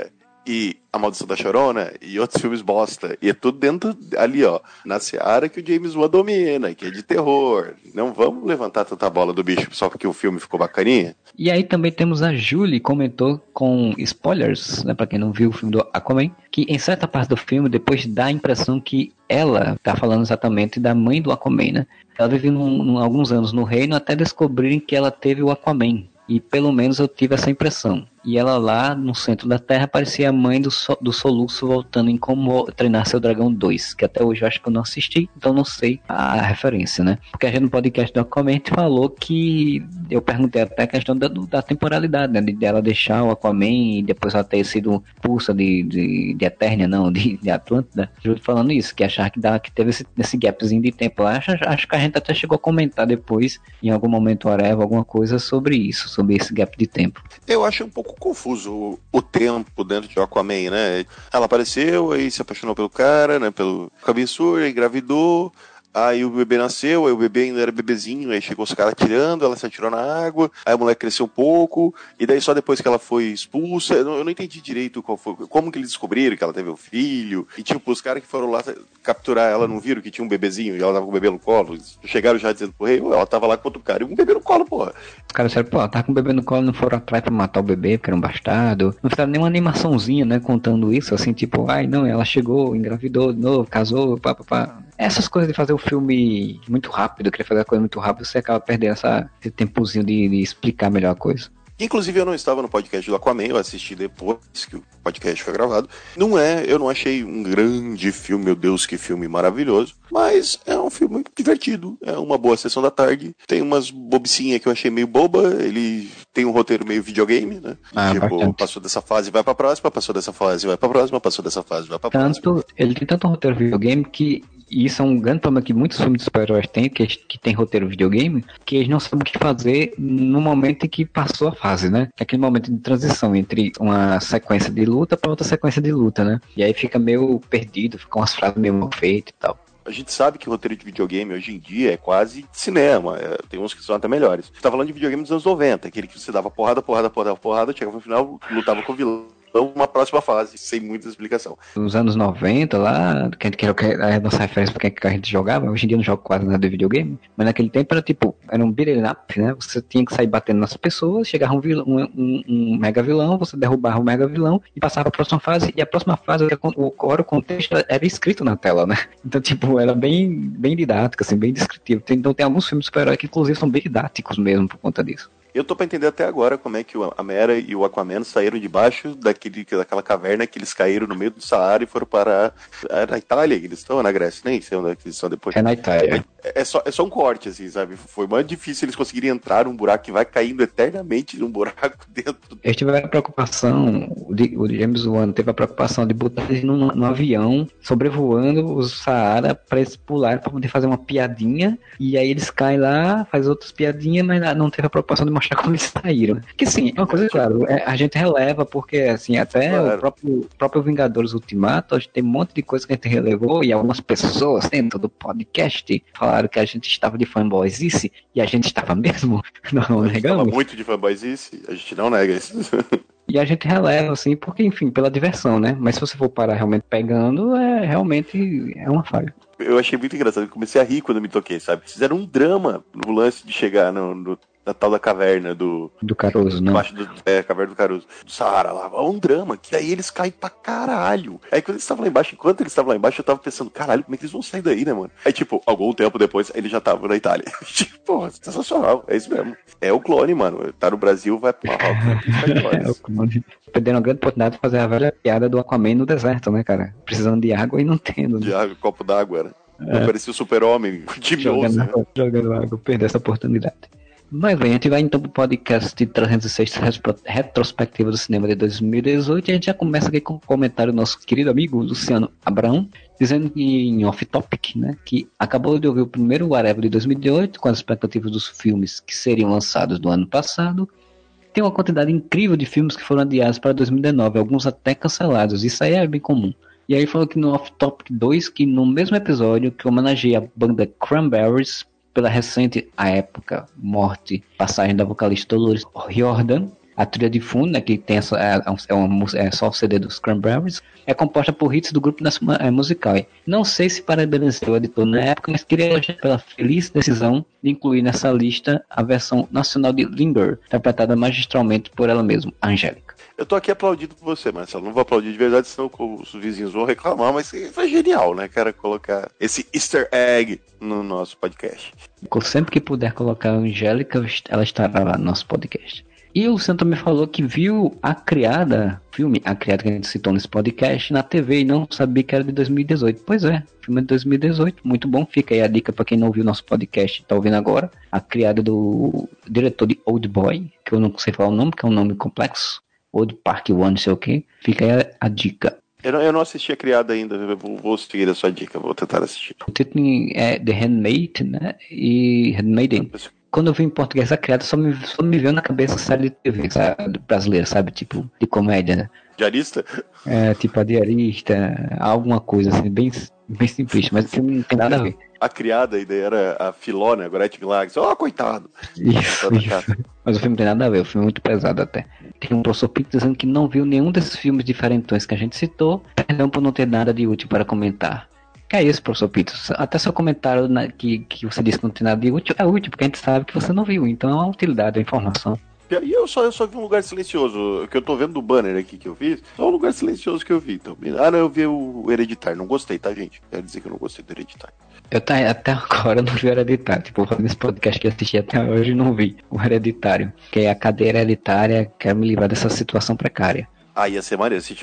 e A Maldição da Chorona e outros filmes bosta. E é tudo dentro ali, ó, na seara que o James Wan domina, que é de terror. Não vamos levantar tanta bola do bicho só porque o filme ficou bacaninha. E aí também temos a Julie, comentou com spoilers, né, pra quem não viu o filme do Aquaman, que em certa parte do filme, depois dá a impressão que ela tá falando exatamente da mãe do Aquaman, né? Ela vive alguns anos no reino até descobrirem que ela teve o Aquaman. E pelo menos eu tive essa impressão. E ela lá no centro da Terra parecia a mãe do Soluço voltando em Como Treinar Seu Dragão 2, que até hoje eu acho que eu não assisti, então não sei a referência, né? Porque a gente no podcast do Aquaman falou que eu perguntei até a questão da temporalidade, né? De ela deixar o Aquaman e depois ela ter sido expulsa de Eternia, não, de Atlântida. Juro falando isso, que achar que teve esse gapzinho de tempo lá. Acho que a gente até chegou a comentar depois, em algum momento, alguma coisa sobre isso, sobre esse gap de tempo. Eu acho um pouco confuso o tempo dentro de Aquaman, né? Ela apareceu, aí se apaixonou pelo cara, né? Pelo cabeçudo, engravidou. Aí o bebê nasceu, aí o bebê ainda era bebezinho, aí chegou os caras tirando, ela se atirou na água, aí a mulher cresceu um pouco, e daí só depois que ela foi expulsa, eu não entendi direito como que eles descobriram que ela teve um filho, e tipo, os caras que foram lá capturar ela não viram que tinha um bebezinho, e ela tava com o bebê no colo, chegaram já dizendo pro rei, ela tava lá com outro cara, e um bebê no colo, porra. Os caras disseram, ela tava com o bebê no colo, não foram atrás pra matar o bebê, porque era um bastardo, não fizeram nenhuma animaçãozinha, né, contando isso, assim, tipo, não, ela chegou, engravidou de novo, casou, pá. Essas coisas de fazer o filme muito rápido, querer fazer a coisa muito rápido, você acaba perdendo esse tempozinho de explicar melhor a coisa. Inclusive eu não estava no podcast do Aquaman, eu assisti depois que o podcast foi gravado. Eu não achei um grande filme, meu Deus, que filme maravilhoso, mas é um filme divertido, é uma boa sessão da tarde, tem umas bobicinhas que eu achei meio boba, ele tem um roteiro meio videogame, né? Passou dessa fase, vai pra próxima, passou dessa fase, vai pra próxima, passou dessa fase, vai pra próxima. Ele tem tanto roteiro videogame que isso é um grande problema que muitos filmes de super-heróis têm, que tem roteiro videogame, que eles não sabem o que fazer no momento em que passou a fase, né? Aquele momento de transição entre uma sequência de luta para outra sequência de luta, né? E aí fica meio perdido, fica umas frases meio mal feitas e tal. A gente sabe que o roteiro de videogame hoje em dia é quase cinema, tem uns que são até melhores. Você tá falando de videogame dos anos 90, aquele que você dava porrada, chegava no final, lutava com o vilão, uma próxima fase, sem muita explicação. Nos anos 90, lá, que a nossa referência pra que a gente jogava, hoje em dia eu não jogo quase nada de videogame, mas naquele tempo era um beat'em up, né? Você tinha que sair batendo nas pessoas, chegava um mega vilão, você derrubava o mega vilão e passava pra próxima fase, e a próxima fase, o contexto era escrito na tela, né? Então, era bem didático, assim, bem descritivo. Então tem alguns filmes de super-herói que inclusive são bem didáticos mesmo por conta disso. Eu tô pra entender até agora como é que a Mera e o Aquaman saíram debaixo daquela caverna que eles caíram no meio do Saara e foram parar na Itália, que eles estão, na Grécia, nem sei onde é que eles estão depois. É na Itália. É só um corte, assim, sabe? Foi mais difícil eles conseguirem entrar num buraco que vai caindo eternamente num buraco dentro. Eles tiveram a preocupação, o James Wan teve a preocupação de botar eles num avião, sobrevoando o Saara pra eles pularem, pra poder fazer uma piadinha, e aí eles caem lá, faz outras piadinhas, mas não teve a preocupação de mostrar como eles saíram. Que sim, é uma coisa, claro, a gente releva, porque assim, até claro. o próprio Vingadores Ultimato, a gente tem um monte de coisa que a gente relevou, e algumas pessoas dentro do podcast falaram que a gente estava de fanboyzice, e a gente estava mesmo, não negamos. Estava muito de fanboyzice, a gente não nega isso. E a gente releva, assim, porque, enfim, pela diversão, né? Mas se você for parar realmente pegando, realmente é uma falha. Eu achei muito engraçado, eu comecei a rir quando eu me toquei, sabe? Fizeram um drama no lance de chegar na tal da caverna do Caruso, não? Caverna do Caruso. Do Saara lá. É um drama, que aí eles caem pra caralho. Aí quando eles estavam lá embaixo, enquanto eles estavam lá embaixo, eu tava pensando, caralho, como é que eles vão sair daí, né, mano? Aí, algum tempo depois, eles já estavam na Itália. Porra, sensacional, é isso mesmo. É o clone, mano. Tá no Brasil, vai pro Marrocos. É o clone. Perderam uma grande oportunidade de fazer a velha piada do Aquaman no deserto, né, cara? Precisando de água e não tendo. Né? De água, copo d'água, né? Parecia o Super-Homem, jogando água, perder essa oportunidade. Mas bem, a gente vai então pro podcast 306 retrospectiva do cinema de 2018 e a gente já começa aqui com o comentário do nosso querido amigo Luciano Abraão, dizendo que em off-topic, né, que acabou de ouvir o primeiro Whatever de 2018 com as expectativas dos filmes que seriam lançados no ano passado. Tem uma quantidade incrível de filmes que foram adiados para 2019, alguns até cancelados, isso aí é bem comum. E aí falou que no Off-Topic 2, que no mesmo episódio que homenageia a banda Cranberries pela recente, à época, morte, passagem da vocalista Dolores Riordan, A trilha de fundo, né, que tem é só o CD dos Cranberries, é composta por hits do grupo musical. Não sei se parabenizou o editor na época, mas queria elogiar pela feliz decisão de incluir nessa lista a versão nacional de Linger, interpretada magistralmente por ela mesma, Angélica. Eu tô aqui aplaudindo por você, Marcelo. Não vou aplaudir de verdade, senão os vizinhos vão reclamar, mas foi genial, né, cara, colocar esse easter egg no nosso podcast. Sempre que puder colocar a Angélica, ela estará lá no nosso podcast. E o Luciano também falou que viu A Criada que a gente citou nesse podcast, na TV e não sabia que era de 2018. Pois é, filme de 2018, muito bom. Fica aí a dica para quem não ouviu nosso podcast e tá ouvindo agora. A Criada do diretor de Old Boy, que eu não sei falar o nome, que é um nome complexo. Old Park One, não sei o que. Fica aí a dica. Eu não assisti A Criada ainda, vou seguir a sua dica, vou tentar assistir. O título é The Handmaid, né? E Handmaiden. Quando eu vi em português A Criada, só me veio na cabeça a série de TV, sabe, brasileira, sabe? Tipo, de comédia, né? Diarista? É, tipo a Diarista, alguma coisa assim, bem simplista, mas o filme não tem nada a ver. A Criada, a ideia era a Filó, né? Agora é Glags. Coitado. Isso. Mas o filme não tem nada a ver, o filme é muito pesado até. Tem um professor Pito dizendo que não viu nenhum desses filmes diferentões que a gente citou, perdão por não ter nada de útil para comentar. Que é isso, professor Pito? Até seu comentário que você disse que não tem nada de útil é útil, porque a gente sabe que você não viu, então é uma utilidade da informação. E eu só vi um lugar silencioso, que eu tô vendo do banner aqui que eu fiz, só um lugar silencioso que eu vi. Então, não, eu vi o Hereditário, não gostei, tá, gente? Quero dizer que eu não gostei do Hereditário. Eu até agora não vi o Hereditário, tipo, nesse podcast que eu assisti até hoje não vi o Hereditário, que é a cadeia hereditária, quero me livrar dessa situação precária. Ia ser maneiro, se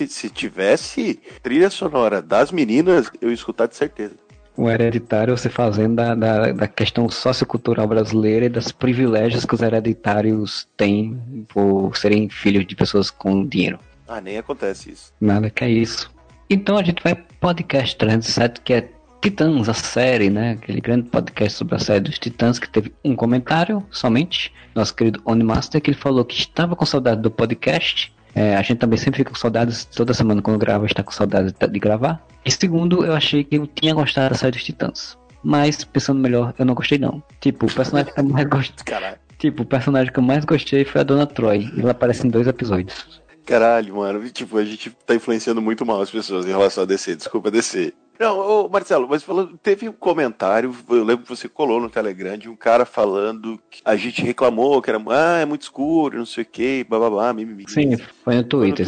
tivesse trilha sonora das meninas, eu ia escutar de certeza. O Hereditário você fazendo da questão sociocultural brasileira e dos privilégios que os hereditários têm por serem filhos de pessoas com dinheiro. Nem acontece isso. Nada que é isso. Então a gente vai pro podcast 307, que é Titãs, a série, né? Aquele grande podcast sobre a série dos Titãs, que teve um comentário somente. Nosso querido Onimaster, que ele falou que estava com saudade do podcast. A gente também sempre fica com saudades, toda semana quando grava, está com saudades de gravar. E segundo, eu achei que eu tinha gostado da série dos Titãs. Mas, pensando melhor, eu não gostei não. Tipo, o personagem que eu mais gostei. Caralho. Tipo, o personagem que eu mais gostei foi a Dona Troy. Ela aparece em 2 episódios. Caralho, mano. Tipo, a gente tá influenciando muito mal as pessoas em relação a DC. Desculpa, DC. Não, Marcelo, mas falando, teve um comentário, eu lembro que você colou no Telegram, de um cara falando que a gente reclamou que era, é muito escuro, não sei o que, bababá, mimimi. Sim, foi no Twitter.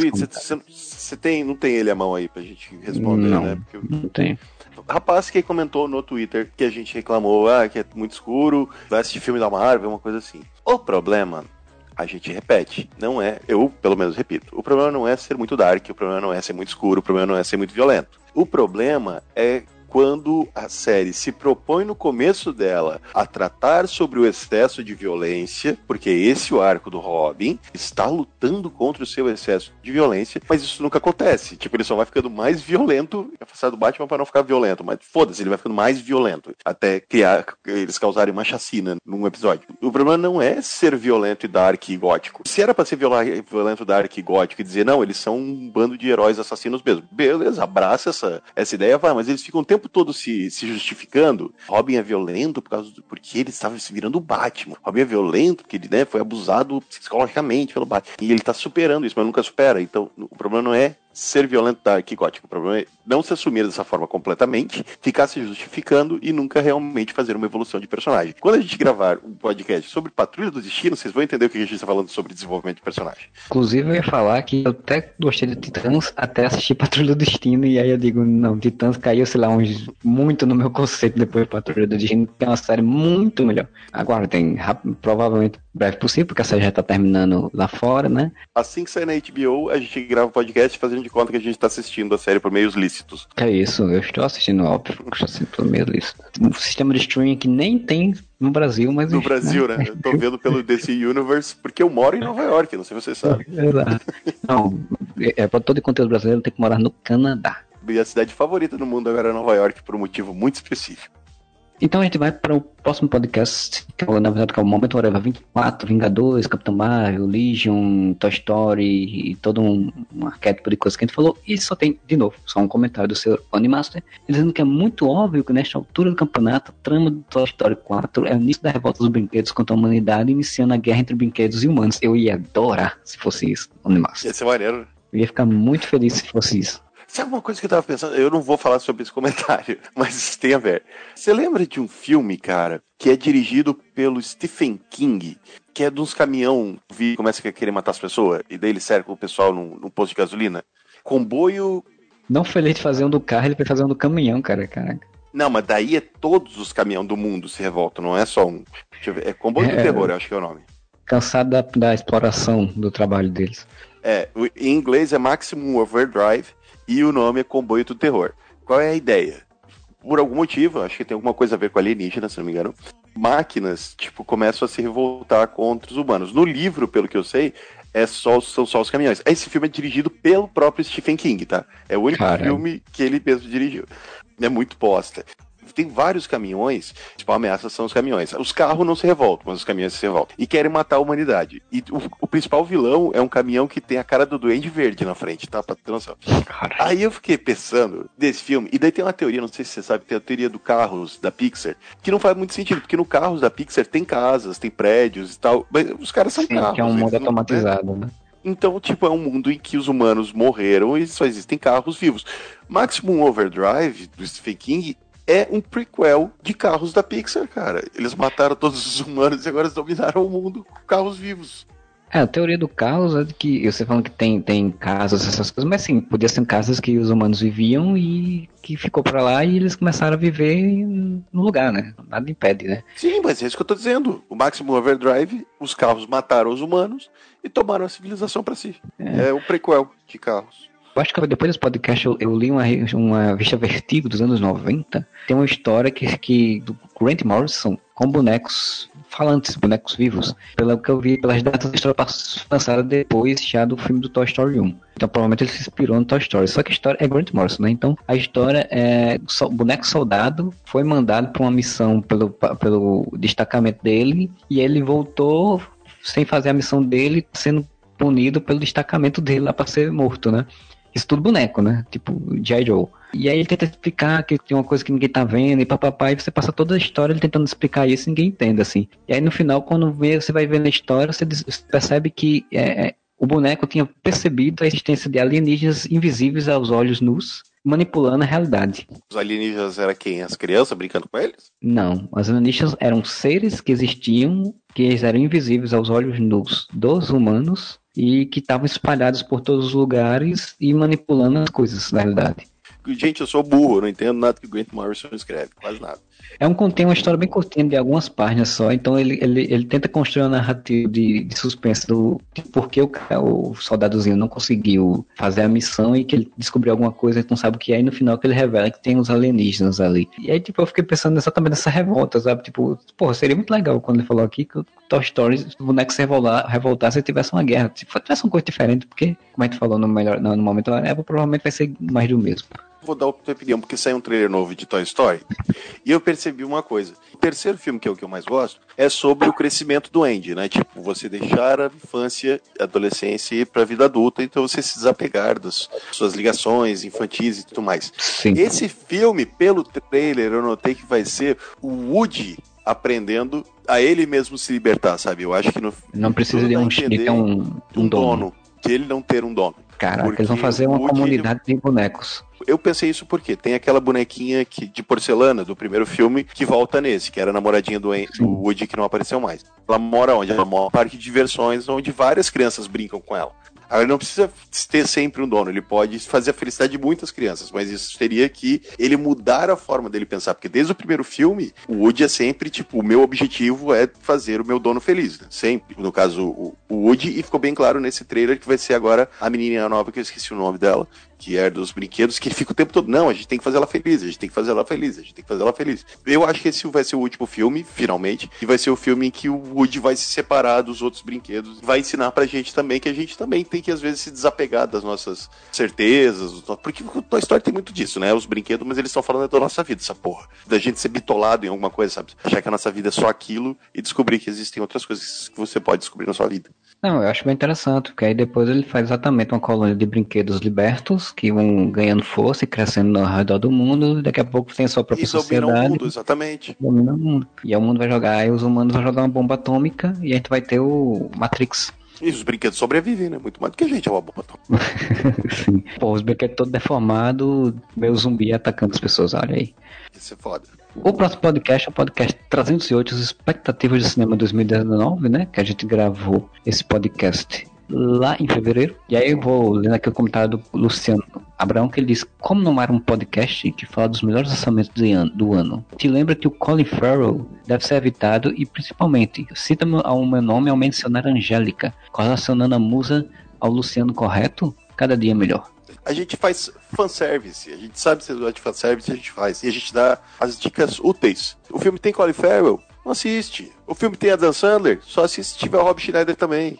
Você não tem ele à mão aí pra gente responder, não, né? Não tem. Rapaz que comentou no Twitter que a gente reclamou, que é muito escuro, vai assistir filme da Marvel, uma coisa assim. O problema, a gente repete, não é, eu pelo menos repito, o problema não é ser muito dark, o problema não é ser muito escuro, o problema não é ser muito violento. O problema é quando a série se propõe no começo dela a tratar sobre o excesso de violência, porque esse é o arco do Robin, está lutando contra o seu excesso de violência, mas isso nunca acontece. Tipo, ele só vai ficando mais violento, afastado do Batman para não ficar violento, mas foda-se, ele vai ficando mais violento, até eles causarem uma chacina num episódio. O problema não é ser violento e dark e gótico. Se era pra ser violento, dark e gótico e dizer, não, eles são um bando de heróis assassinos mesmo, beleza, abraça essa ideia, vai, mas eles ficam o tempo todo se justificando. Robin é violento porque ele estava se virando o Batman. Robin é violento porque ele, né, foi abusado psicologicamente pelo Batman. E ele está superando isso, mas nunca supera. Então, o problema não é ser violento, dark e gótico. O problema é não se assumir dessa forma completamente, ficar se justificando e nunca realmente fazer uma evolução de personagem. Quando a gente gravar um podcast sobre Patrulha do Destino, vocês vão entender o que a gente está falando sobre desenvolvimento de personagem. Inclusive, eu ia falar que eu até gostei de Titãs até assistir Patrulha do Destino, e aí eu digo, não, Titãs caiu, sei lá, muito no meu conceito depois de Patrulha do Destino, que é uma série muito melhor. Aguardem, provavelmente breve possível, porque a série já tá terminando lá fora, né? Assim que sair na HBO, a gente grava o podcast fazendo de conta que a gente tá assistindo a série por meios lícitos. É isso, eu estou assistindo, óbvio, estou assistindo por meio lícito. Um sistema de streaming que nem tem no Brasil, mas... No Brasil, né? Eu tô vendo pelo DC Universe, porque eu moro em Nova York, não sei se você sabe. Exato. Não, pra todo conteúdo brasileiro tem que morar no Canadá. E a cidade favorita no mundo agora é Nova York, por um motivo muito específico. Então a gente vai para o próximo podcast, que é, na verdade, que é o Momento Whatever 24, Vingadores, Capitão Marvel, Legion, Toy Story e todo um arquétipo de coisa que a gente falou. E só tem, de novo, só um comentário do seu Animaster, dizendo que é muito óbvio que nesta altura do campeonato, a trama do Toy Story 4 é o início da revolta dos brinquedos contra a humanidade, iniciando a guerra entre brinquedos e humanos. Eu ia adorar se fosse isso, Animaster. Ia ser maneiro. Eu ia ficar muito feliz se fosse isso. Sabe uma coisa que eu tava pensando? Eu não vou falar sobre esse comentário, mas tem a ver. Você lembra de um filme, cara, que é dirigido pelo Stephen King, que é de uns caminhão que começa a querer matar as pessoas, e daí ele cerca o pessoal num posto de gasolina? Comboio... Não foi ele fazer um do carro, ele foi fazer um do caminhão, cara, caraca. Não, mas daí é todos os caminhões do mundo se revoltam, não é só um. Deixa eu ver, é Comboio do Terror, eu acho que é o nome. Cansado da exploração do trabalho deles. Em inglês é Maximum Overdrive e o nome é Comboio do Terror. Qual é a ideia? Por algum motivo, acho que tem alguma coisa a ver com alienígena, se não me engano, máquinas, começam a se revoltar contra os humanos. No livro, pelo que eu sei, são só os caminhões. Esse filme é dirigido pelo próprio Stephen King, tá? É o único filme que ele mesmo dirigiu. É muito bosta. Tem vários caminhões, a ameaça são os caminhões. Os carros não se revoltam, mas os caminhões se revoltam. E querem matar a humanidade. E o principal vilão é um caminhão que tem a cara do Duende Verde na frente, tá? Pra ter noção. Aí eu fiquei pensando desse filme, e daí tem uma teoria, não sei se você sabe, tem a teoria do Carros da Pixar, que não faz muito sentido, porque no Carros da Pixar tem casas, tem prédios e tal, mas os caras são carros. Que é um mundo automatizado, né? Então, é um mundo em que os humanos morreram e só existem carros vivos. Maximum Overdrive, do Stephen King, é um prequel de Carros da Pixar, cara. Eles mataram todos os humanos e agora eles dominaram o mundo com carros vivos. A teoria do Carros é de que, você falando que tem casas, essas coisas, mas sim, podia ser casas que os humanos viviam e que ficou pra lá e eles começaram a viver no lugar, né? Nada impede, né? Sim, mas é isso que eu tô dizendo. O Maximum Overdrive, os carros mataram os humanos e tomaram a civilização pra si. É o prequel de Carros. Eu acho que depois desse podcast eu li uma revista Vertigo dos anos 90. Tem uma história que do Grant Morrison com bonecos falantes, bonecos vivos. Pelo que eu vi, pelas datas da história lançada depois já do filme do Toy Story 1. Então provavelmente ele se inspirou no Toy Story. Só que a história é Grant Morrison, né? Então a história é o boneco soldado foi mandado para uma missão pelo destacamento dele e ele voltou sem fazer a missão dele, sendo punido pelo destacamento dele lá para ser morto, né? Isso tudo boneco, né? Tipo, G.I. Joe. E aí ele tenta explicar que tem uma coisa que ninguém tá vendo, e papapá, e você passa toda a história ele tentando explicar isso e ninguém entende, assim. E aí no final, quando você vai vendo a história, você percebe que o boneco tinha percebido a existência de alienígenas invisíveis aos olhos nus, manipulando a realidade. Os alienígenas eram quem? As crianças brincando com eles? Não, os alienígenas eram seres que existiam, que eles eram invisíveis aos olhos nus dos humanos, e que estavam espalhados por todos os lugares e manipulando as coisas, na realidade. Gente, eu sou burro, eu não entendo nada que o Grant Morrison escreve, quase nada. Tem uma história bem curtinha de algumas páginas só, então ele tenta construir uma narrativa de suspense de por que o soldadozinho não conseguiu fazer a missão e que ele descobriu alguma coisa e não sabe o que é, e no final que ele revela que tem os alienígenas ali. E aí, eu fiquei pensando exatamente nessa revolta, sabe? Seria muito legal quando ele falou aqui que o Toy Story, se o boneco se revoltasse e tivesse uma guerra. Se tivesse uma coisa diferente, porque, como a gente falou no momento, provavelmente vai ser mais do mesmo. Vou dar a tua opinião, porque saiu um trailer novo de Toy Story e eu percebi uma coisa. O terceiro filme, que é o que eu mais gosto, é sobre o crescimento do Andy, né? Você deixar a infância, a adolescência e ir pra vida adulta, então você se desapegar das suas ligações infantis e tudo mais. Sim. Esse filme, pelo trailer, eu notei que vai ser o Woody aprendendo a ele mesmo se libertar, sabe? Eu acho que não precisa de um dono. De ele não ter um dono. Caraca, eles vão fazer uma comunidade de bonecos. Eu pensei isso porque tem aquela bonequinha de porcelana do primeiro filme que volta nesse, que era a namoradinha do Woody, que não apareceu mais. Ela mora onde? Ela mora num parque de diversões onde várias crianças brincam com ela. Ele não precisa ter sempre um dono, ele pode fazer a felicidade de muitas crianças, mas isso seria que ele mudar a forma dele pensar, porque desde o primeiro filme, o Woody é sempre, o meu objetivo é fazer o meu dono feliz, né? Sempre. No caso, o Woody, e ficou bem claro nesse trailer que vai ser agora a menininha nova, que eu esqueci o nome dela, que herda os brinquedos, que fica o tempo todo, não, a gente tem que fazer ela feliz, a gente tem que fazer ela feliz, a gente tem que fazer ela feliz. Eu acho que esse vai ser o último filme, finalmente, e vai ser o filme em que o Woody vai se separar dos outros brinquedos, vai ensinar pra gente também que a gente também tem que, às vezes, se desapegar das nossas certezas, porque o Toy Story tem muito disso, né, os brinquedos, mas eles estão falando da nossa vida, essa porra, da gente ser bitolado em alguma coisa, sabe, achar que a nossa vida é só aquilo e descobrir que existem outras coisas que você pode descobrir na sua vida. Não, eu acho bem interessante, porque aí depois ele faz exatamente uma colônia de brinquedos libertos, que vão ganhando força e crescendo ao redor do mundo, e daqui a pouco tem a sua própria sociedade. Domina o mundo, exatamente. Domina o mundo. E aí o mundo vai jogar, e os humanos vão jogar uma bomba atômica, e a gente vai ter o Matrix. E os brinquedos sobrevivem, né? Muito mais do que a gente é uma bomba atômica. Sim. Pô, os brinquedos todos deformados, meio zumbi atacando as pessoas, olha aí. Isso é foda. O próximo podcast é o podcast 308, as expectativas de cinema 2019, né? Que a gente gravou esse podcast lá em fevereiro. E aí eu vou lendo aqui o comentário do Luciano Abraão, que ele diz: como não era um podcast que fala dos melhores lançamentos do ano, te lembra que o Colin Farrell deve ser evitado e, principalmente, cita-me ao meu nome ao mencionar Angélica, correlacionando a musa ao Luciano correto? Cada dia melhor. A gente faz fanservice, a gente sabe se gosta de fanservice, a gente faz. E a gente dá as dicas úteis. O filme tem Colin Farrell? Não assiste. O filme tem Adam Sandler? Só assiste se tiver o Rob Schneider também.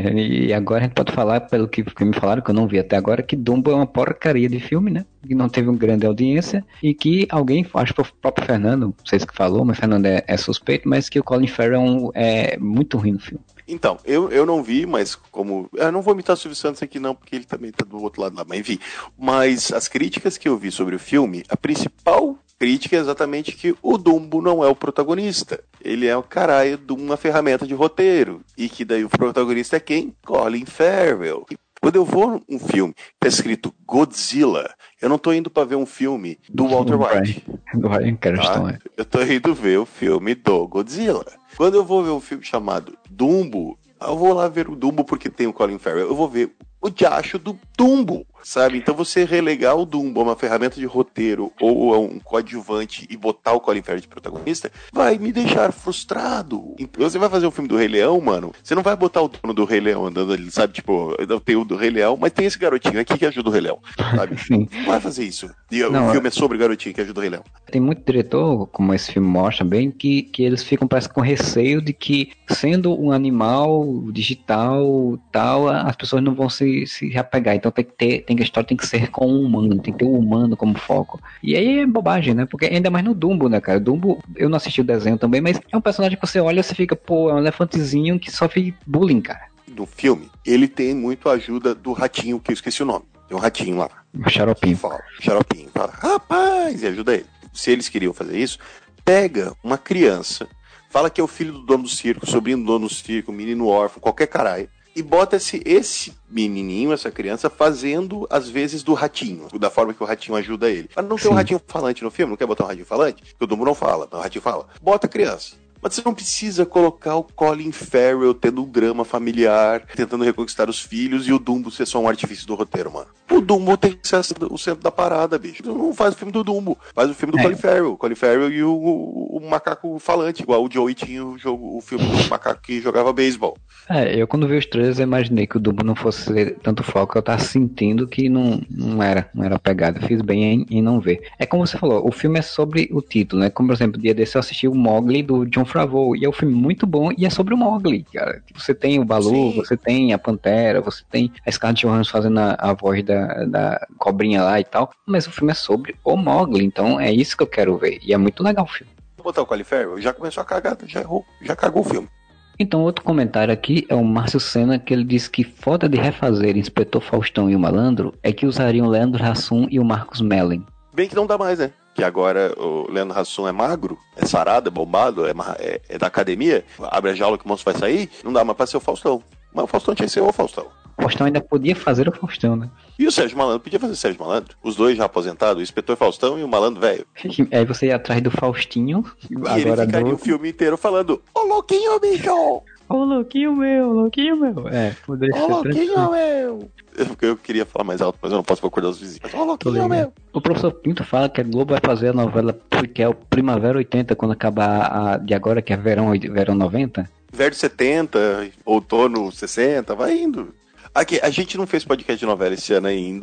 E agora a gente pode falar, pelo que me falaram, que eu não vi até agora, que Dumbo é uma porcaria de filme, né? Que não teve uma grande audiência e que alguém, acho que foi o próprio Fernando, não sei se que falou, mas Fernando é suspeito, mas que o Colin Farrell é muito ruim no filme. Então, eu não vi, mas como... Eu não vou imitar o Silvio Santos aqui não, porque ele também tá do outro lado lá, mas enfim. Mas as críticas que eu vi sobre o filme, a principal crítica é exatamente que o Dumbo não é o protagonista. Ele é o caralho de uma ferramenta de roteiro. E que daí o protagonista é quem? Colin Farrell. Quando eu vou num filme que tá escrito Godzilla, eu não tô indo pra ver um filme do Walter White. Do Ryan Cranston, tá? Eu tô indo ver o filme do Godzilla. Quando eu vou ver um filme chamado Dumbo, eu vou lá ver o Dumbo porque tem o Colin Farrell. Eu vou ver o diacho do Dumbo, sabe? Então você relegar o Dumbo a uma ferramenta de roteiro ou a um coadjuvante e botar o Colin Farrell de protagonista, vai me deixar frustrado. Então você vai fazer um filme do Rei Leão, mano, você não vai botar o dono do Rei Leão andando ali, sabe? Tipo, tem o do Rei Leão, mas tem esse garotinho aqui que ajuda o Rei Leão, sabe? Sim. Não vai fazer isso. E não, o filme é sobre o garotinho que ajuda o Rei Leão. Tem muito diretor, como esse filme mostra bem, que eles ficam, parece, com receio de que, sendo um animal digital, tal, as pessoas não vão se apegar. Então tem que a história tem que ser com o humano, tem que ter o humano como foco. E aí é bobagem, né? Porque ainda mais no Dumbo, né, cara? Dumbo, eu não assisti o desenho também, mas é um personagem que você olha e você fica, pô, é um elefantezinho que sofre bullying, cara. No filme, ele tem muito a ajuda do ratinho, que eu esqueci o nome. Tem um ratinho lá. O Xaropinho. Xaropinho. Fala, rapaz, e ajuda ele. Se eles queriam fazer isso, pega uma criança, fala que é o filho do dono do circo, sobrinho do dono do circo, menino órfão, qualquer caralho, e bota esse menininho, essa criança, fazendo, às vezes, do ratinho, da forma que o ratinho ajuda ele. Mas não tem um ratinho falante no filme? Não quer botar um ratinho falante? Porque o Dumbo não fala, mas o ratinho fala. Bota a criança. Mas você não precisa colocar o Colin Farrell tendo um drama familiar, tentando reconquistar os filhos, e o Dumbo ser só um artifício do roteiro, mano. O Dumbo tem que ser o centro da parada, bicho. Não faz o filme do Dumbo, faz o filme do Colin Farrell. O Colin Farrell e o macaco falante, igual o Joey tinha o filme do macaco que jogava beisebol. Eu quando vi os trailers, eu imaginei que o Dumbo não fosse tanto foco, eu tava sentindo que não era a pegada. Eu fiz bem em não ver. É como você falou, o filme é sobre o título, né? Como, por exemplo, dia desse eu assisti o Mowgli do Jon Favreau, e é um filme muito bom, e é sobre o Mowgli, cara. Você tem o Baloo, você tem a Pantera, você tem a Scarlett Johansson fazendo a voz da cobrinha lá e tal, mas o filme é sobre o Mowgli, então é isso que eu quero ver, e é muito legal o filme. Vou botar o Colin Farrell, já começou a cagada, já errou, já cagou o filme. Então, outro comentário aqui é o Márcio Senna, que ele disse que foda de refazer Inspetor Faustão e o Malandro é que usariam o Leandro Hassum e o Marcos Mellen. Bem que não dá mais, né? Que agora o Leandro Hassum é magro, é sarado, é bombado, é da academia, abre a jaula que o monstro vai sair, não dá mais pra ser o Faustão. Mas o Faustão tinha que ser o Faustão. O Faustão ainda podia fazer o Faustão, né? E o Sérgio Malandro podia fazer o Sérgio Malandro. Os dois já aposentados, o Inspetor Faustão e o Malandro velho. Aí você ia atrás do Faustinho. E agora ele ficaria o filme inteiro falando: ô louquinho, bicho! Ô louquinho meu, louquinho meu. Poderia ser louquinho meu! Eu queria falar mais alto, mas eu não posso acordar os vizinhos. Ô louquinho meu! O professor Pinto fala que a Globo vai fazer a novela que é o Primavera 80, quando acabar a de agora, que é Verão 90. Verão 70, Outono 60, vai indo. Aqui, a gente não fez podcast de novela esse ano ainda.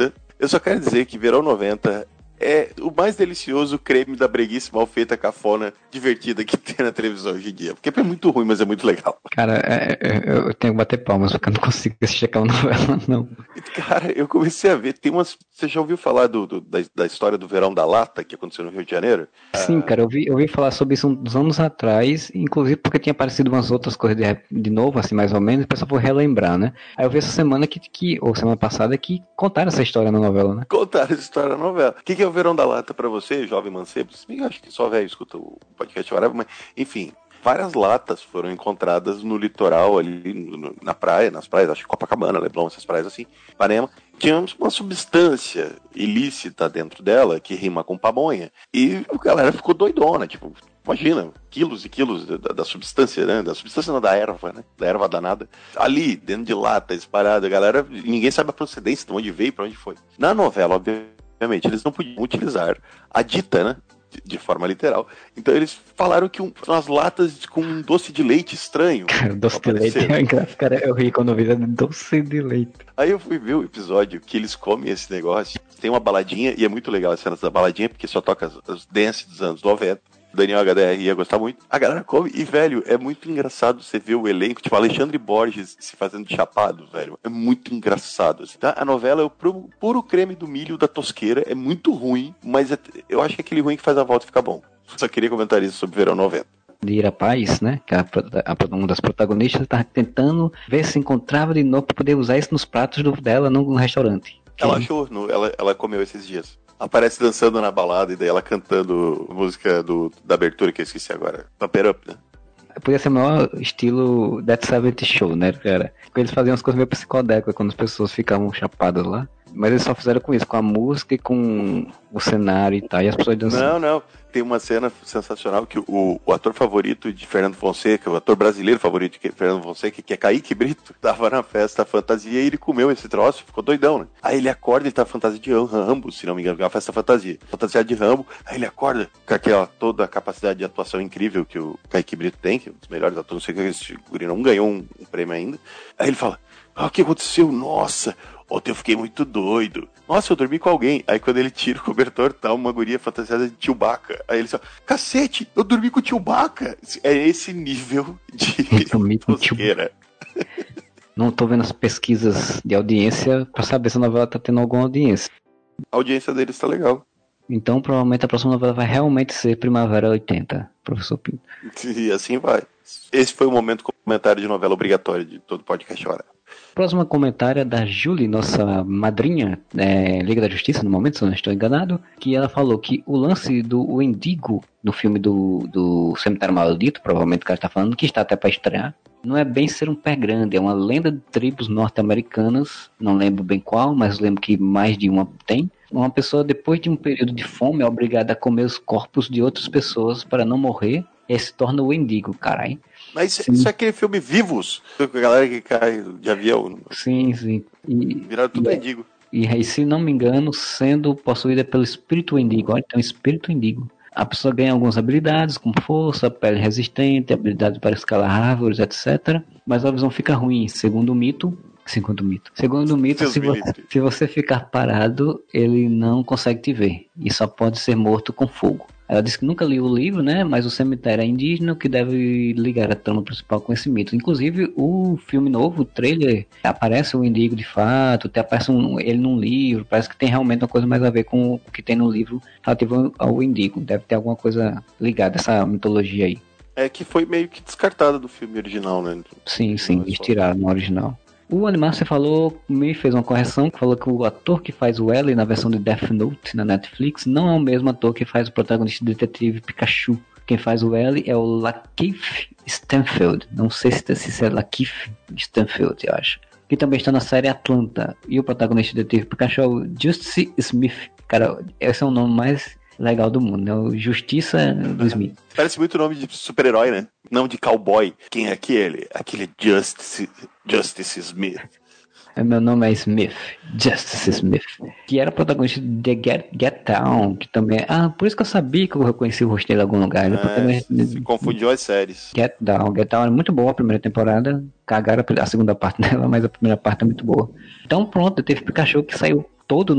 Eu só quero dizer que Verão 90 é o mais delicioso creme da breguice mal feita, cafona, divertida que tem na televisão hoje em dia. Porque é muito ruim, mas é muito legal. Cara, eu tenho que bater palmas, porque eu não consigo assistir aquela novela, não. Cara, eu comecei a ver, tem umas... Você já ouviu falar da história do Verão da Lata, que aconteceu no Rio de Janeiro? Sim, cara, eu ouvi falar sobre isso uns anos atrás, inclusive porque tinha aparecido umas outras coisas de novo, assim, mais ou menos, e o pessoal foi relembrar, né? Aí eu vi essa semana ou semana passada, que contaram essa história na novela, né? Contaram essa história na novela. O que é o Verão da Lata pra você, jovem mancebo? Eu acho que só velho escuta o podcast, mas enfim... Várias latas foram encontradas no litoral ali, na praia, nas praias, acho que Copacabana, Leblon, essas praias assim, Ipanema. Tinha uma substância ilícita dentro dela, que rima com pamonha, e a galera ficou doidona, tipo, imagina, quilos e quilos da substância, né, da substância não, da erva, né, da erva danada, ali, dentro de lata, espalhada, a galera, ninguém sabe a procedência, de onde veio e pra onde foi. Na novela, obviamente, eles não podiam utilizar a dita, né, de forma literal. Então eles falaram que são as latas com um doce de leite estranho. Cara, doce de leite é engraçado, cara. Eu ri quando eu vi doce de leite. Aí eu fui ver o episódio que eles comem esse negócio. Tem uma baladinha, e é muito legal as cenas da baladinha, porque só toca as dance dos anos 90. Daniel HDR ia gostar muito. A galera come e, velho, é muito engraçado você ver o elenco, tipo, Alexandre Borges se fazendo de chapado, velho. É muito engraçado. Assim, tá? A novela é o puro creme do milho da tosqueira. É muito ruim, mas eu acho que é aquele ruim que faz a volta ficar bom. Só queria comentar isso sobre Verão 90. De Ira Paz, né, que uma das protagonistas, estava tentando ver se encontrava de novo para poder usar isso nos pratos dela no restaurante. Ela achou, ela comeu esses dias. Aparece dançando na balada e daí ela cantando música da abertura que eu esqueci agora. Pump Up, né? Podia ser o maior estilo That 70 Show, né, cara? Porque eles faziam as coisas meio psicodélicas quando as pessoas ficavam chapadas lá. Mas eles só fizeram com isso, com a música e com o cenário e tal, e as pessoas dançando. Não. Tem uma cena sensacional que o ator favorito de Fernando Fonseca, o ator brasileiro favorito de Fernando Fonseca, que é Kaique Brito, tava na festa fantasia e ele comeu esse troço, ficou doidão, né? Aí ele acorda e tá fantasia de Rambo, se não me engano, que é uma festa fantasia. Fantasia de Rambo, aí ele acorda com aquela toda a capacidade de atuação incrível que o Kaique Brito tem, que é um dos melhores atores, não sei o que, esse guri não ganhou um prêmio ainda. Aí ele fala, o que aconteceu? Nossa, ontem eu fiquei muito doido. Nossa, eu dormi com alguém. Aí quando ele tira o cobertor, tá uma guria fantasiada de Chewbacca. Aí ele fala, cacete, eu dormi com o Chewbacca. É esse nível de tosqueira. Não tô vendo as pesquisas de audiência pra saber se a novela tá tendo alguma audiência. A audiência deles tá legal. Então provavelmente a próxima novela vai realmente ser Primavera 80, professor Pinto. E assim vai. Esse foi o momento comentário de novela obrigatório de todo podcast hora. Próximo comentário é da Julie, nossa madrinha, Liga da Justiça, no momento, se eu não estou enganado, que ela falou que o lance do Wendigo, no filme do Cemitério Maldito, provavelmente que ela está falando, que está até para estrear, não é bem ser um pé grande, é uma lenda de tribos norte-americanas, não lembro bem qual, mas lembro que mais de uma tem. Uma pessoa, depois de um período de fome, é obrigada a comer os corpos de outras pessoas para não morrer, e se torna o Wendigo, caralho. Mas isso é aquele filme Vivos, com a galera que cai de avião. Sim. Viraram tudo mendigo. E aí, se não me engano, sendo possuída pelo espírito Wendigo. Olha, tem um espírito Wendigo. A pessoa ganha algumas habilidades, como força, pele resistente, habilidade para escalar árvores, etc. Mas a visão fica ruim, segundo o mito, se você ficar parado, ele não consegue te ver. E só pode ser morto com fogo. Ela disse que nunca leu o livro, né? Mas o cemitério é indígena, que deve ligar a trama principal com esse mito. Inclusive, o filme novo, o trailer, aparece o Wendigo de fato, aparece ele num livro, parece que tem realmente uma coisa mais a ver com o que tem no livro relativo ao Wendigo. Deve ter alguma coisa ligada a essa mitologia aí. É que foi meio que descartada do filme original, né? Sim, eles tiraram no original. O Animar, você falou, me fez uma correção, que falou que o ator que faz o L na versão de Death Note na Netflix não é o mesmo ator que faz o protagonista do Detetive Pikachu. Quem faz o L é o Lakeith Stanfield. Não sei se é Lakeith Stanfield, eu acho. Que também está na série Atlanta. E o protagonista do Detetive Pikachu é o Justice Smith. Cara, esse é o nome mais legal do mundo, né? O Justiça do Smith. Parece muito nome de super-herói, né? Não de cowboy. Quem é aquele? Aquele Justice Smith. Meu nome é Smith, Justice Smith, que era protagonista de Get Down, que também é... por isso que eu sabia que eu reconheci o rosto dele em algum lugar. Se confundiu as séries. Get Down é muito boa a primeira temporada, cagaram a segunda parte dela, mas a primeira parte é muito boa. Então pronto, teve Pikachu que saiu todo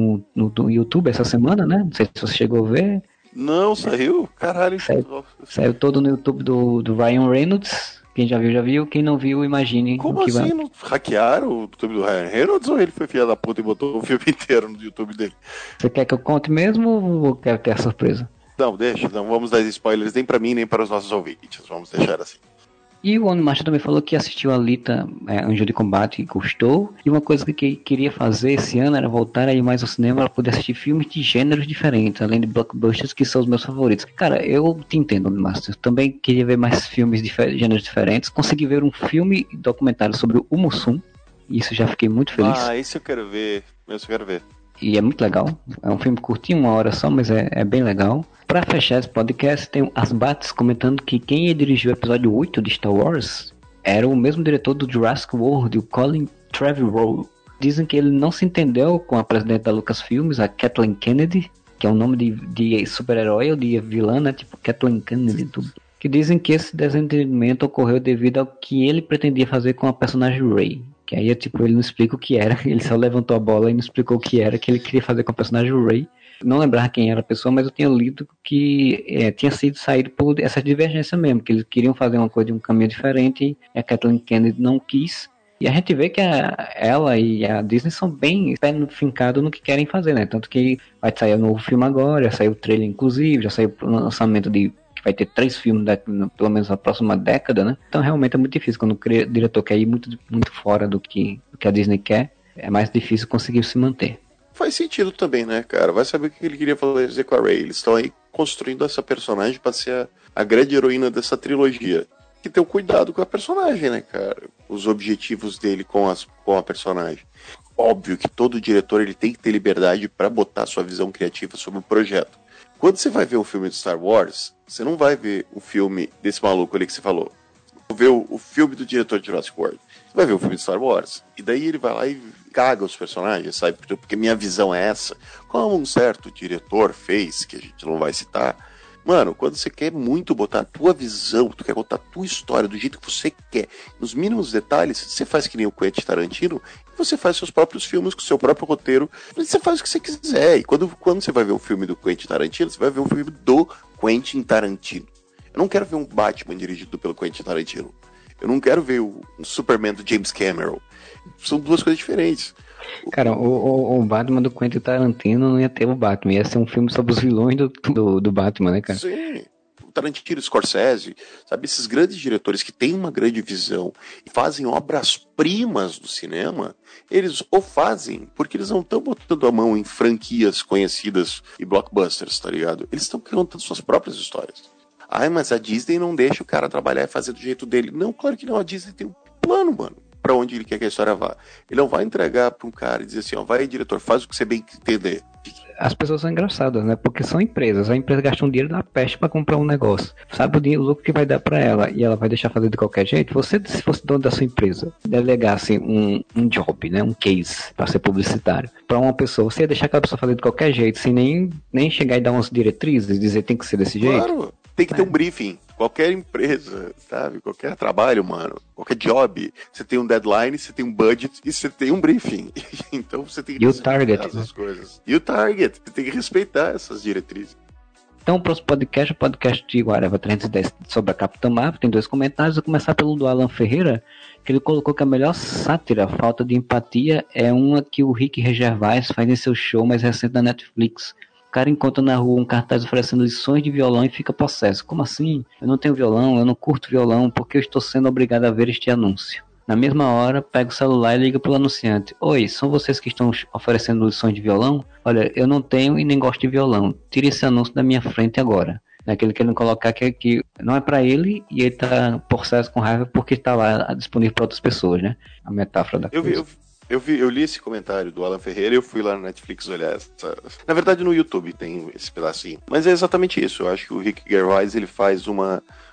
no YouTube essa semana, né? Não sei se você chegou a ver. Não, saiu? Caralho. Saiu todo no YouTube do Ryan Reynolds. Quem já viu, já viu. Quem não viu, imagine. Como o que assim? vai... Não hackearam o YouTube do Ryan Reynolds ou ele foi filha da puta e botou o filme inteiro no YouTube dele? Você quer que eu conte mesmo ou quer ter a surpresa? Não, deixa. Não vamos dar spoilers nem pra mim, nem para os nossos ouvintes. Vamos deixar assim. E o Onimacha também falou que assistiu a Alita, Anjo de Combate, e gostou. E uma coisa que queria fazer esse ano era voltar a ir mais ao cinema para poder assistir filmes de gêneros diferentes, além de blockbusters, que são os meus favoritos. Cara, eu te entendo, Onimacha. Eu também queria ver mais filmes de gêneros diferentes. Consegui ver um filme documentário sobre o Mussum. Isso já fiquei muito feliz. Ah, esse eu quero ver. Esse eu quero ver. E é muito legal. É um filme curtinho, 1 hora só, mas é bem legal. Pra fechar esse podcast, tem o Asbates comentando que quem dirigiu o episódio 8 de Star Wars era o mesmo diretor do Jurassic World, o Colin Trevorrow. Dizem que ele não se entendeu com a presidente da Lucasfilmes, a Kathleen Kennedy, que é um nome de super-herói ou de vilã, né? Tipo Kathleen Kennedy, tudo. Que dizem que esse desentendimento ocorreu devido ao que ele pretendia fazer com a personagem Rey. Que aí, tipo, ele não explica o que era, ele só levantou a bola e não explicou o que era, que ele queria fazer com a personagem Rey. Não lembrava quem era a pessoa, mas eu tinha lido que tinha sido saído por essa divergência mesmo, que eles queriam fazer uma coisa de um caminho diferente e a Kathleen Kennedy não quis. E a gente vê que ela e a Disney são bem fincados no que querem fazer, né? Tanto que vai sair um novo filme agora, já saiu o trailer inclusive, já saiu o lançamento que vai ter 3 filmes pelo menos na próxima década, né? Então realmente é muito difícil quando o diretor quer ir muito, muito fora do que a Disney quer, é mais difícil conseguir se manter. Faz sentido também, né, cara? Vai saber o que ele queria fazer com a Rey. Eles estão aí construindo essa personagem pra ser a grande heroína dessa trilogia. Que ter um cuidado com a personagem, né, cara? Os objetivos dele com a personagem. Óbvio que todo diretor ele tem que ter liberdade pra botar sua visão criativa sobre o projeto. Quando você vai ver um filme de Star Wars, você não vai ver o filme desse maluco ali que você falou. Ver o filme do diretor de Jurassic World. Você vai ver o filme de Star Wars. E daí ele vai lá e caga os personagens, sabe? Porque minha visão é essa. Como um certo diretor fez, que a gente não vai citar. Mano, quando você quer muito botar a tua visão, tu quer botar a tua história do jeito que você quer, nos mínimos detalhes, você faz que nem o Quentin Tarantino, e você faz seus próprios filmes com o seu próprio roteiro, e você faz o que você quiser. E quando você vai ver um filme do Quentin Tarantino, você vai ver um filme do Quentin Tarantino. Eu não quero ver um Batman dirigido pelo Quentin Tarantino. Eu não quero ver um Superman do James Cameron. São duas coisas diferentes. Cara, o Batman do Quentin Tarantino não ia ter o Batman, ia ser um filme sobre os vilões do Batman, né, cara? Sim. O Tarantino, Scorsese, sabe, esses grandes diretores que têm uma grande visão e fazem obras-primas do cinema, eles o fazem porque eles não estão botando a mão em franquias conhecidas e blockbusters, tá ligado? Eles estão contando suas próprias histórias. Ai, mas a Disney não deixa o cara trabalhar e fazer do jeito dele. Não, claro que não, a Disney tem um plano, mano, pra onde ele quer que a história vá. Ele não vai entregar pra um cara e dizer assim, ó, vai, diretor, faz o que você bem entender. As pessoas são engraçadas, né? Porque são empresas. A empresa gasta um dinheiro da peste pra comprar um negócio. Sabe o lucro que vai dar pra ela e ela vai deixar fazer de qualquer jeito? Você, se fosse dono da sua empresa, delegasse um job, né? Um case pra ser publicitário pra uma pessoa, você ia deixar aquela pessoa fazer de qualquer jeito, sem nem chegar e dar umas diretrizes e dizer tem que ser desse jeito? Claro, tem que ter um briefing. Qualquer empresa, sabe? Qualquer trabalho, mano. Qualquer job. Você tem um deadline, você tem um budget e você tem um briefing. Então você tem que respeitar essas coisas. E o target. Você tem que respeitar essas diretrizes. Então, o próximo podcast, o podcast de Guareva 310 sobre a Capitã Marvel, tem 2 comentários. Vou começar pelo do Alan Ferreira, que ele colocou que a melhor sátira, falta de empatia, é uma que o Rick Gervais faz em seu show mais recente da Netflix. O cara encontra na rua um cartaz oferecendo lições de violão e fica possesso. Como assim? Eu não tenho violão, eu não curto violão, porque eu estou sendo obrigado a ver este anúncio. Na mesma hora, pega o celular e liga pro anunciante. Oi, são vocês que estão oferecendo lições de violão? Olha, eu não tenho e nem gosto de violão. Tire esse anúncio da minha frente agora. Naquele que ele colocar que não é pra ele e ele tá possesso com raiva porque está lá disponível para outras pessoas, né? A metáfora da coisa. Eu li esse comentário do Alan Ferreira e eu fui lá no Netflix olhar essa... Na verdade no YouTube tem esse pedacinho. Mas é exatamente isso. Eu acho que o Rick Gervais ele faz uma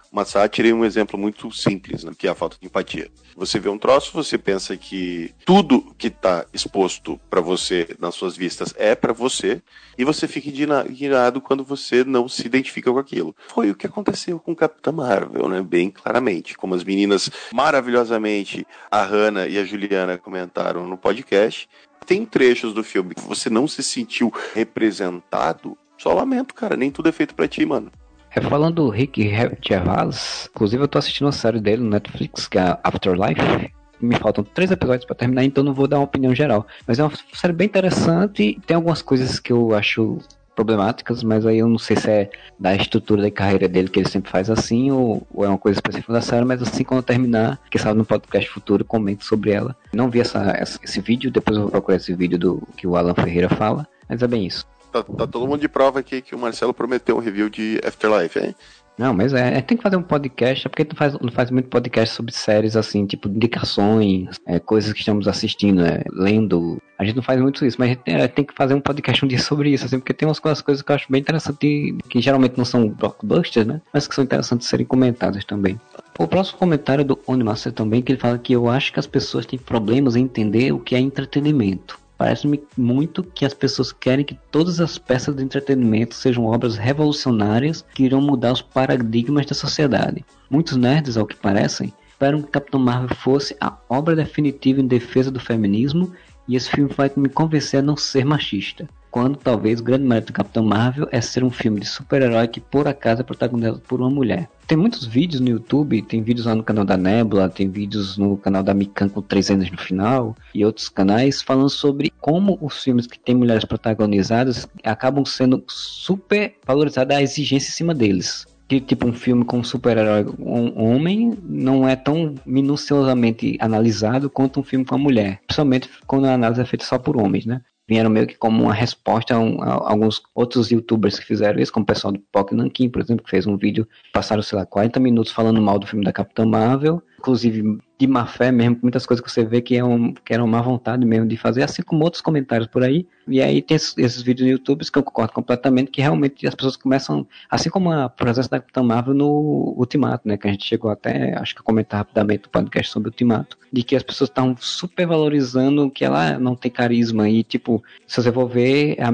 uma sátira e um exemplo muito simples, né, que é a falta de empatia. Você vê um troço, você pensa que tudo que está exposto para você nas suas vistas é para você, e você fica indignado quando você não se identifica com aquilo. Foi o que aconteceu com Capitã Marvel, né? Bem claramente. Como as meninas maravilhosamente, a Hannah e a Juliana comentaram no podcast, tem trechos do filme que você não se sentiu representado. Só lamento, cara. Nem tudo é feito pra ti, mano. Falando do Rick Gervais, inclusive eu tô assistindo uma série dele no Netflix, que é Afterlife. Me faltam 3 episódios pra terminar, então não vou dar uma opinião geral. Mas é uma série bem interessante, tem algumas coisas que eu acho problemáticas, mas aí eu não sei se é da estrutura da carreira dele que ele sempre faz assim, ou é uma coisa específica da série, mas assim, quando eu terminar, que sabe no podcast futuro, comento sobre ela. Não vi esse vídeo, depois eu vou procurar esse vídeo do que o Alan Ferreira fala, mas é bem isso. Tá todo mundo de prova aqui que o Marcelo prometeu um review de Afterlife, hein? Não, mas tem que fazer um podcast, é porque não faz muito podcast sobre séries assim, tipo indicações, coisas que estamos assistindo, lendo. A gente não faz muito isso, mas a gente tem que fazer um podcast um dia sobre isso, assim, porque tem umas coisas que eu acho bem interessantes, que geralmente não são blockbusters, né? Mas que são interessantes de serem comentadas também. O próximo comentário é do Onimaster também, que ele fala que eu acho que as pessoas têm problemas em entender o que é entretenimento. Parece-me muito que as pessoas querem que todas as peças de entretenimento sejam obras revolucionárias que irão mudar os paradigmas da sociedade. Muitos nerds, ao que parecem, esperam que Capitão Marvel fosse a obra definitiva em defesa do feminismo, e esse filme vai me convencer a não ser machista. Quando talvez o grande mérito do Capitão Marvel é ser um filme de super-herói que por acaso é protagonizado por uma mulher. Tem muitos vídeos no YouTube, tem vídeos lá no canal da Nebula, tem vídeos no canal da Mikan com 3 anos no final, e outros canais falando sobre como os filmes que tem mulheres protagonizadas acabam sendo super valorizados a exigência em cima deles. Que tipo um filme com um super-herói homem não é tão minuciosamente analisado quanto um filme com uma mulher. Principalmente quando a análise é feita só por homens, né? Vieram meio que como uma resposta a alguns outros youtubers que fizeram isso, como o pessoal do Pock Nankin, por exemplo, que fez um vídeo, passaram, 40 minutos falando mal do filme da Capitã Marvel, inclusive de má fé mesmo, muitas coisas que você vê que eram má vontade mesmo de fazer, assim como outros comentários por aí. E aí tem esses vídeos no YouTube que eu concordo completamente, que realmente as pessoas começam, assim como a presença da Capitã Marvel no Ultimato, né, que a gente chegou até, acho que a comentar rapidamente no podcast sobre o Ultimato, de que as pessoas estão super valorizando que ela não tem carisma, e tipo, se você for ver, é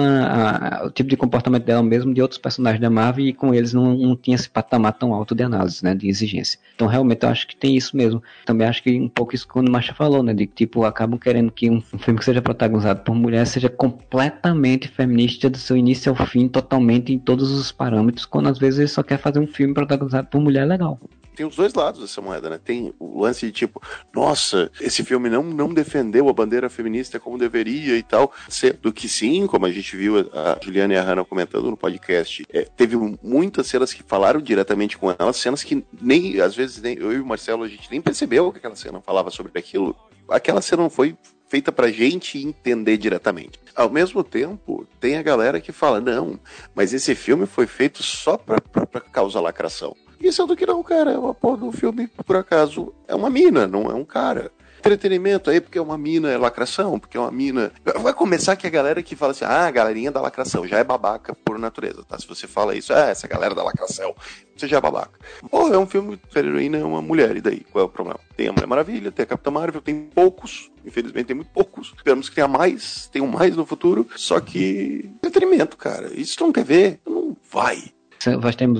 o tipo de comportamento dela mesmo de outros personagens da Marvel, e com eles não tinha esse patamar tão alto de análise, né, de exigência. Então realmente eu acho que tem isso mesmo. Também acho que um pouco isso que o Macha falou, né, de que tipo, acabam querendo que um filme que seja protagonizado por mulher seja completamente feminista do seu início ao fim, totalmente em todos os parâmetros, quando às vezes ele só quer fazer um filme protagonizado por mulher legal. Tem os dois lados dessa moeda, né? Tem o lance de tipo, nossa, esse filme não defendeu a bandeira feminista como deveria e tal. Sendo que sim, como a gente viu a Juliana e a Hannah comentando no podcast, teve muitas cenas que falaram diretamente com elas, cenas que nem, às vezes, nem eu e o Marcelo, a gente nem percebeu que aquela cena falava sobre aquilo. Aquela cena não foi feita pra gente entender diretamente. Ao mesmo tempo, tem a galera que fala, não, mas esse filme foi feito só pra causar lacração. E sendo que não, cara, é uma porra do filme, por acaso, é uma mina, não é um cara. Entretenimento aí, porque é uma mina, é lacração, porque é uma mina... Vai começar que a galera que fala assim, a galerinha da lacração, já é babaca por natureza, tá? Se você fala isso, essa galera da lacração, você já é babaca. Ou é um filme que a heroína é uma mulher, e daí? Qual é o problema? Tem a Mulher Maravilha, tem a Capitã Marvel, tem poucos, infelizmente tem muito poucos. Esperamos que tenha mais, tenham mais no futuro, só que... Entretenimento, cara, isso não quer ver, não vai. Nós temos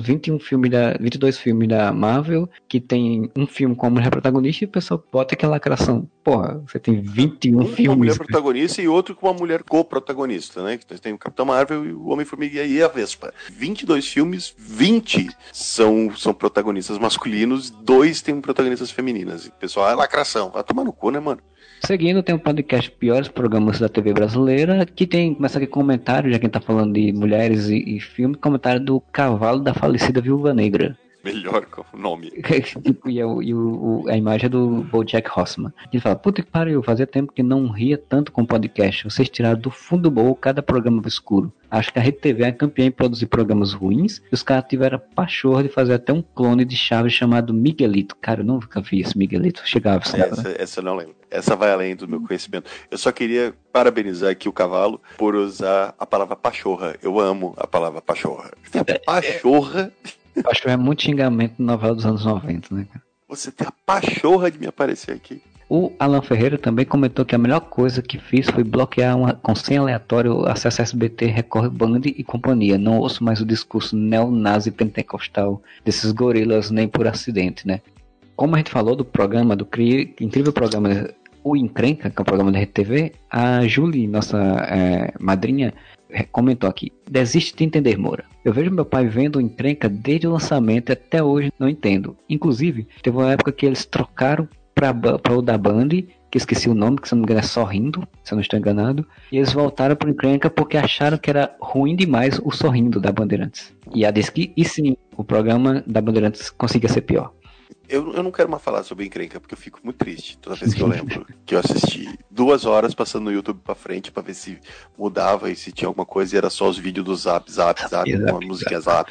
22 filmes da Marvel, que tem um filme com a mulher protagonista, e o pessoal bota aquela lacração. Porra, você tem 21 filmes. Com uma mulher protagonista e outro com uma mulher co-protagonista, né? Que tem o Capitão Marvel e o Homem-Formiga e a Vespa. 22 filmes, 20 são protagonistas masculinos, 2 têm protagonistas femininas. E o pessoal, lacração. Vai tomar no cu, né, mano? Seguindo, tem um podcast Piores Programas da TV Brasileira, que começa aqui com comentário, já que a gente tá falando de mulheres e filme, comentário do Cavalo da Falecida Viúva Negra. Melhor nome. E a imagem é do BoJack Horseman. Ele fala, puta que pariu, fazia tempo que não ria tanto com podcast. Vocês tiraram do fundo do baú cada programa obscuro. Acho que a Rede TV é campeã em produzir programas ruins, e os caras tiveram a pachorra de fazer até um clone de Chaves chamado Miguelito. Cara, eu nunca vi esse Miguelito. Chegava, essa eu não lembro. Essa vai além do meu conhecimento. Eu só queria parabenizar aqui o Cavalo por usar a palavra pachorra. Eu amo a palavra pachorra. Tem a pachorra... Pachorra é muito xingamento na novela dos anos 90, né, cara? Você tem a pachorra de me aparecer aqui. O Alan Ferreira também comentou que a melhor coisa que fiz foi bloquear com senha aleatória o acesso a SBT, Record, Band e companhia. Não ouço mais o discurso neonazi pentecostal desses gorilas nem por acidente, né? Como a gente falou do programa, do incrível programa O Encrenca, que é o programa da RTV, a Julie, nossa madrinha, comentou aqui: desiste de entender, Moura. Eu vejo meu pai vendo o Encrenca desde o lançamento e até hoje não entendo. Inclusive, teve uma época que eles trocaram para o da Band, que esqueci o nome, que se não me engano é Sorrindo, se eu não estou enganado, e eles voltaram para o Encrenca porque acharam que era ruim demais o Sorrindo da Bandeirantes. E a disse que, e sim, o programa da Bandeirantes conseguia ser pior. Eu não quero mais falar sobre Encrenca, porque eu fico muito triste toda vez que eu lembro que eu assisti 2 horas passando no YouTube pra frente pra ver se mudava e se tinha alguma coisa e era só os vídeos do Zap, uma musiquinha Zap.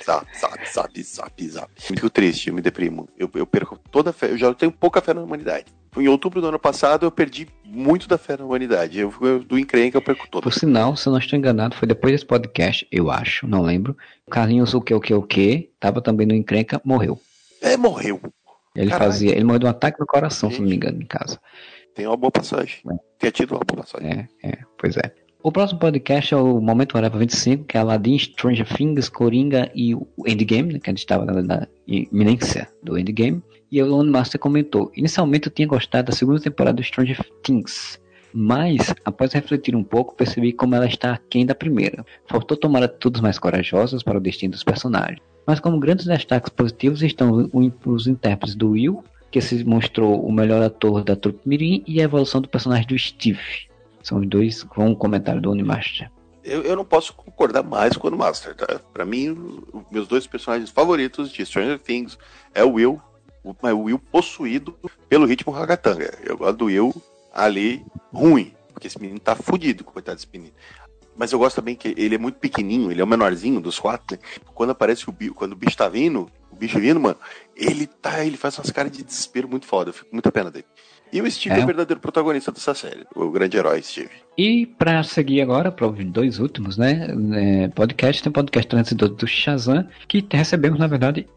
Eu fico triste, eu me deprimo. Eu perco toda a fé, eu já tenho pouca fé na humanidade. Em outubro do ano passado eu perdi muito da fé na humanidade. Do Encrenca eu perco toda. Por sinal, se eu não estou enganado, foi depois desse podcast, eu acho, não lembro. O Carlinhos o que, tava também no Encrenca, morreu. Morreu. Ele morreu de um ataque no coração, se não me engano, em casa. Tem uma boa passagem. Tinha tido uma boa passagem. Pois é. O próximo podcast é o Momento Areva 25, que é Aladdin, Stranger Things, Coringa e o Endgame, né, que a gente estava na iminência do Endgame. E o Lone Master comentou: inicialmente eu tinha gostado da segunda temporada do Stranger Things, mas após refletir um pouco, percebi como ela está aquém da primeira. Faltou tomar atitudes mais corajosas para o destino dos personagens. Mas como grandes destaques positivos estão os intérpretes do Will, que se mostrou o melhor ator da trupe mirim, e a evolução do personagem do Steve. São os dois com um comentário do Unimaster. Eu não posso concordar mais com o Master, tá? Pra mim, meus 2 personagens favoritos de Stranger Things é o Will, mas o Will possuído pelo ritmo ragatanga. Eu gosto do Will ali ruim, porque esse menino tá fudido, coitado desse menino. Mas eu gosto também que ele é muito pequenininho, ele é o menorzinho dos 4, né? Quando aparece quando o bicho tá vindo, mano, ele faz umas caras de desespero muito foda, eu fico com muita pena dele. E o Steve é o verdadeiro protagonista dessa série, o grande herói Steve. E pra seguir agora, para os 2 últimos, né, podcast, tem o podcast 32 do Shazam, que recebemos na verdade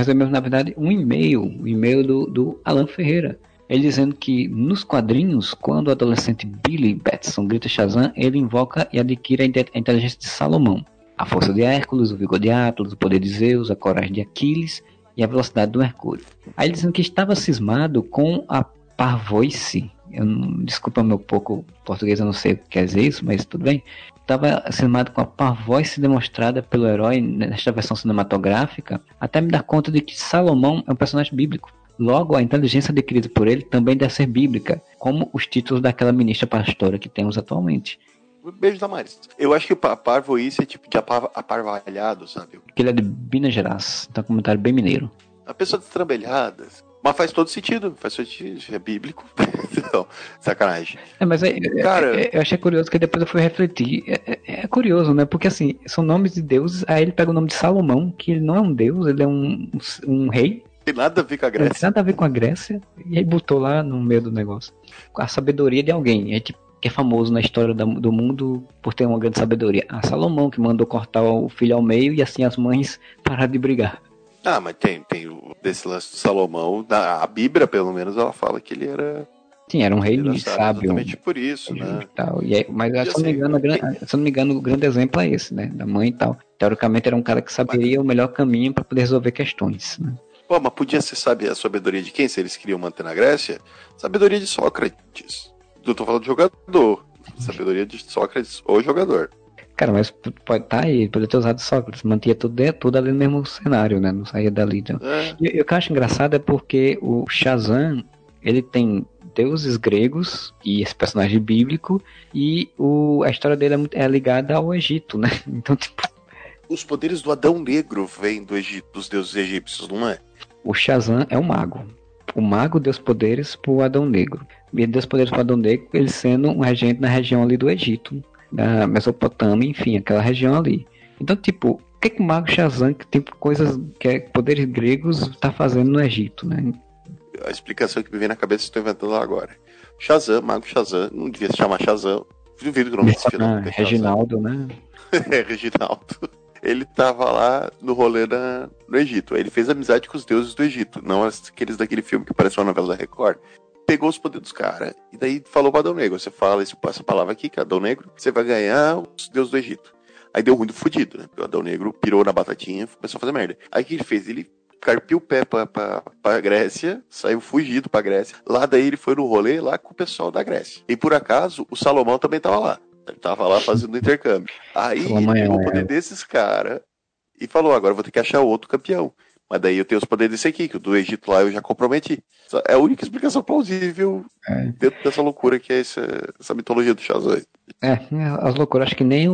um e-mail do Alan Ferreira. Ele dizendo que nos quadrinhos, quando o adolescente Billy Batson grita Shazam, ele invoca e adquire a inteligência de Salomão, a força de Hércules, o vigor de Atlas, o poder de Zeus, a coragem de Aquiles e a velocidade do Mercúrio. Aí ele dizendo que estava cismado com a parvoice, desculpa meu pouco português, eu não sei o que quer dizer isso, mas tudo bem. Estava cismado com a parvoice demonstrada pelo herói nesta versão cinematográfica, até me dar conta de que Salomão é um personagem bíblico. Logo, a inteligência adquirida por ele também deve ser bíblica, como os títulos daquela ministra pastora que temos atualmente. Beijo da Maris. Eu acho que o parvoíce é tipo de aparvalhado, sabe? Porque ele é de Minas Gerais, então é um comentário bem mineiro. A pessoa destrambelhada. Mas faz todo sentido, é bíblico. Não, sacanagem. Mas cara, eu achei curioso que depois eu fui refletir. É curioso, né? Porque assim, são nomes de deuses, aí ele pega o nome de Salomão, que ele não é um deus, ele é um rei. Tem nada a ver com a Grécia. Tem nada a ver com a Grécia, e aí botou lá no meio do negócio. A sabedoria de alguém, que é famoso na história do mundo por ter uma grande sabedoria. Salomão, que mandou cortar o filho ao meio e assim as mães pararam de brigar. Mas tem desse lance do Salomão, a Bíblia pelo menos ela fala que ele era... Sim, era um rei sábio. Exatamente por isso, né? Tal. Mas se não me engano, o grande exemplo é esse, né? Da mãe e tal. Teoricamente era um cara que saberia o melhor caminho para poder resolver questões, né? Pô, mas podia ser, sabe, a sabedoria de quem? Se eles queriam manter na Grécia? Sabedoria de Sócrates. Eu tô falando de jogador. Sabedoria de Sócrates ou jogador. Cara, mas pode estar aí, poderia ter usado Sócrates, mantinha tudo ali no mesmo cenário, né? Não saía dali. Então. E o que eu acho engraçado é porque o Shazam, ele tem deuses gregos e esse personagem bíblico, e a história dele é ligada ao Egito, né? Então, tipo... Os poderes do Adão Negro vêm do Egito, dos deuses egípcios, não é? O Shazam é um mago. O mago deu os poderes pro Adão Negro. E ele deu os poderes pro Adão Negro, ele sendo um regente na região ali do Egito, da Mesopotâmia, enfim, aquela região ali. Então, tipo, o que o mago Shazam, que tem coisas, que é poderes gregos, tá fazendo no Egito, né? A explicação que me vem na cabeça estou inventando lá agora. Shazam, mago Shazam, não devia se chamar Shazam. Duvido que o nome desse filme. Reginaldo, né? Reginaldo. ele tava lá no rolê no Egito. Aí ele fez amizade com os deuses do Egito, não aqueles daquele filme que parece uma novela da Record. Pegou os poderes dos caras, e daí falou pro Adão Negro, você fala essa palavra aqui, que é Adão Negro, você vai ganhar os deuses do Egito. Aí deu ruim do fudido, né? Porque o Adão Negro pirou na batatinha e começou a fazer merda. Aí o que ele fez? Ele carpiu o pé pra Grécia, saiu fugido pra Grécia. Lá daí ele foi no rolê lá com o pessoal da Grécia. E por acaso, o Salomão também tava lá. Ele tava lá fazendo intercâmbio. Aí ele pegou o poder desses caras e falou, agora eu vou ter que achar outro campeão. Mas daí eu tenho os poderes desse aqui, que o do Egito lá eu já comprometi. É a única explicação plausível dentro dessa loucura que é essa mitologia do Shazam. As loucuras, acho que nem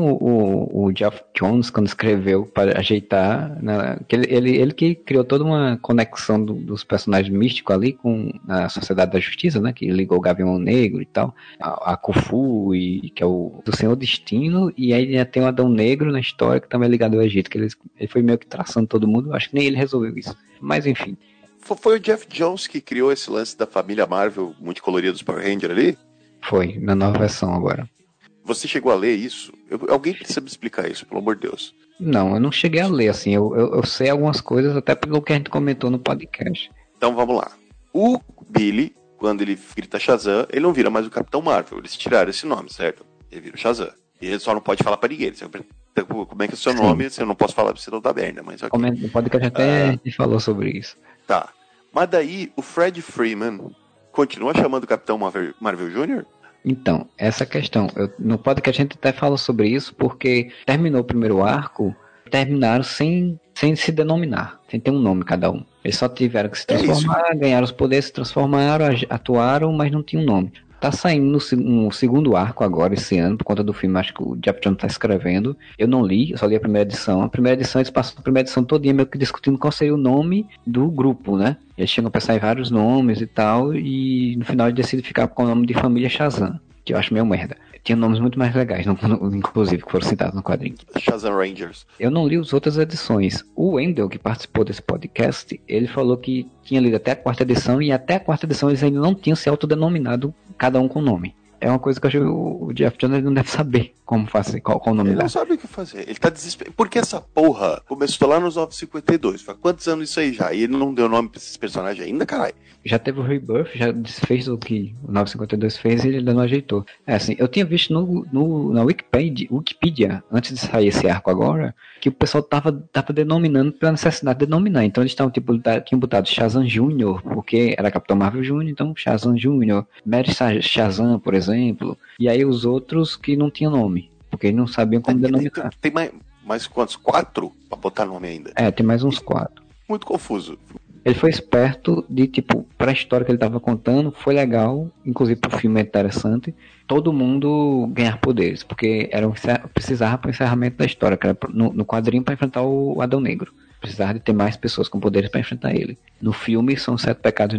o Geoff Johns, quando escreveu para ajeitar, né, que ele que criou toda uma conexão dos personagens místicos ali com a Sociedade da Justiça, né, que ligou o Gavião Negro e tal, a Khufu, que é o do Senhor Destino, e aí já tem o Adão Negro na história, que também é ligado ao Egito, que ele foi meio que traçando todo mundo, acho que nem ele resolveu isso, mas enfim. Foi o Geoff Johns que criou esse lance da família Marvel multicolorida dos Power Rangers ali? Foi, na nova versão agora. Você chegou a ler isso? Alguém precisa me explicar isso, pelo amor de Deus. Não, eu não cheguei a ler, assim, eu sei algumas coisas, até pelo que a gente comentou no podcast. Então vamos lá. O Billy, quando ele grita Shazam, ele não vira mais o Capitão Marvel, eles tiraram esse nome, certo? Ele vira o Shazam. E ele só não pode falar pra ninguém. Como é que é o seu nome? Eu não posso falar pra você não dar merda, mas ok. No podcast até falou sobre isso. Tá. Mas daí, o Fred Freeman continua chamando o Capitão Marvel Jr.? Então, essa questão, no podcast a gente até falou sobre isso, porque terminou o primeiro arco, terminaram sem se denominar, sem ter um nome cada um. Eles só tiveram que se transformar, ganharam os poderes, se transformaram, atuaram, mas não tinha um nome. Tá saindo no segundo arco agora, esse ano, por conta do filme, acho que o Jeff Jones tá escrevendo. Eu não li, eu só li a primeira edição. A primeira edição, eles passam a primeira edição todinha meio que discutindo qual seria o nome do grupo, né? Eles chegam a pensar em vários nomes e tal, e no final eles decidem ficar com o nome de Família Shazam, que eu acho meio merda. Tinha nomes muito mais legais, inclusive, que foram citados no quadrinho. Shazam Rangers. Eu não li as outras edições. O Wendell, que participou desse podcast, ele falou que tinha lido até a quarta edição, e até a quarta edição eles ainda não tinham se autodenominado, cada um com nome. É uma coisa que eu acho que o Jeff Jones não deve saber como fazer, qual o nome dele. Ele não sabe o que fazer. Ele tá desesperado. Porque essa porra começou lá nos 952. Faz quantos anos isso aí já? E ele não deu nome pra esses personagens ainda, caralho. Já teve o Rebirth, já fez o que o 952 fez e ele ainda não ajeitou. Assim, eu tinha visto na Wikipedia, antes de sair esse arco agora, que o pessoal tava denominando pela necessidade de denominar. Então eles tinham botado Shazam Jr., porque era Capitão Marvel Jr., então Shazam Jr., Mary Shazam, por exemplo. E aí os outros que não tinham nome, porque eles não sabiam como denominar. Tem mais quantos? 4 pra botar nome ainda? Tem mais uns 4. Muito confuso. Ele foi esperto de, pra história que ele tava contando, foi legal, inclusive pro filme é interessante, todo mundo ganhar poderes, porque precisava pro encerramento da história, que era no quadrinho para enfrentar o Adão Negro. Precisava de ter mais pessoas com poderes para enfrentar ele. No filme são 7 pecados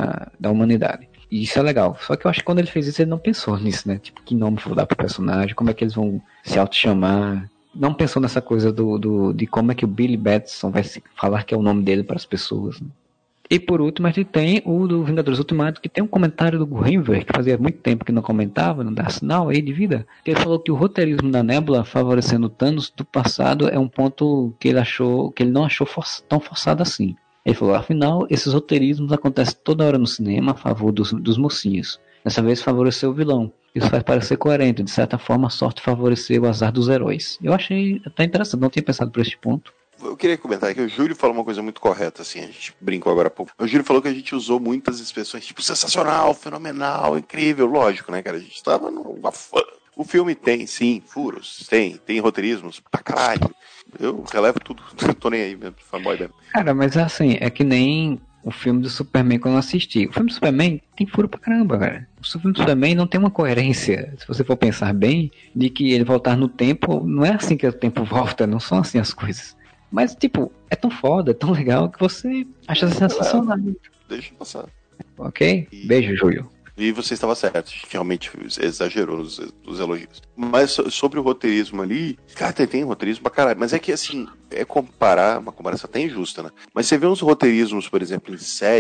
da humanidade. E isso é legal. Só que eu acho que quando ele fez isso, ele não pensou nisso, né? Que nome vou dar pro personagem, como é que eles vão se auto-chamar. Não pensou nessa coisa de como é que o Billy Batson vai falar que é o nome dele para as pessoas, né? E por último, a gente tem o do Vingadores Ultimato, que tem um comentário do Greenberg, que fazia muito tempo que não comentava, não dá sinal aí de vida, que ele falou que o roteirismo da Nebula favorecendo o Thanos do passado é um ponto que ele não achou tão forçado assim. Ele falou, afinal, esses roteirismos acontecem toda hora no cinema a favor dos mocinhos. Dessa vez favoreceu o vilão. Isso faz parecer coerente. De certa forma, a sorte favoreceu o azar dos heróis. Eu achei até interessante, não tinha pensado por este ponto. Eu queria comentar que o Júlio falou uma coisa muito correta, assim, a gente brincou agora há pouco. O Júlio falou que a gente usou muitas expressões, tipo, sensacional, fenomenal, incrível, lógico, né, cara? A gente tava numa fã. O filme tem, sim, furos, tem roteirismos pra caralho. Eu relevo tudo, tô nem aí mesmo, fanboy mesmo. Cara, mas assim, é que nem o filme do Superman quando eu assisti. O filme do Superman tem furo pra caramba, cara. O filme do Superman não tem uma coerência, se você for pensar bem, de que ele voltar no tempo, não é assim que o tempo volta, não são assim as coisas. Mas, é tão foda, é tão legal que você acha sensacional. Deixa eu passar. Ok? Beijo, Júlio. E você estava certo, a gente realmente exagerou nos elogios. Mas sobre o roteirismo ali, cara, tem roteirismo pra caralho. Mas é que, assim, uma comparação até injusta, né? Mas você vê uns roteirismos, por exemplo, em série,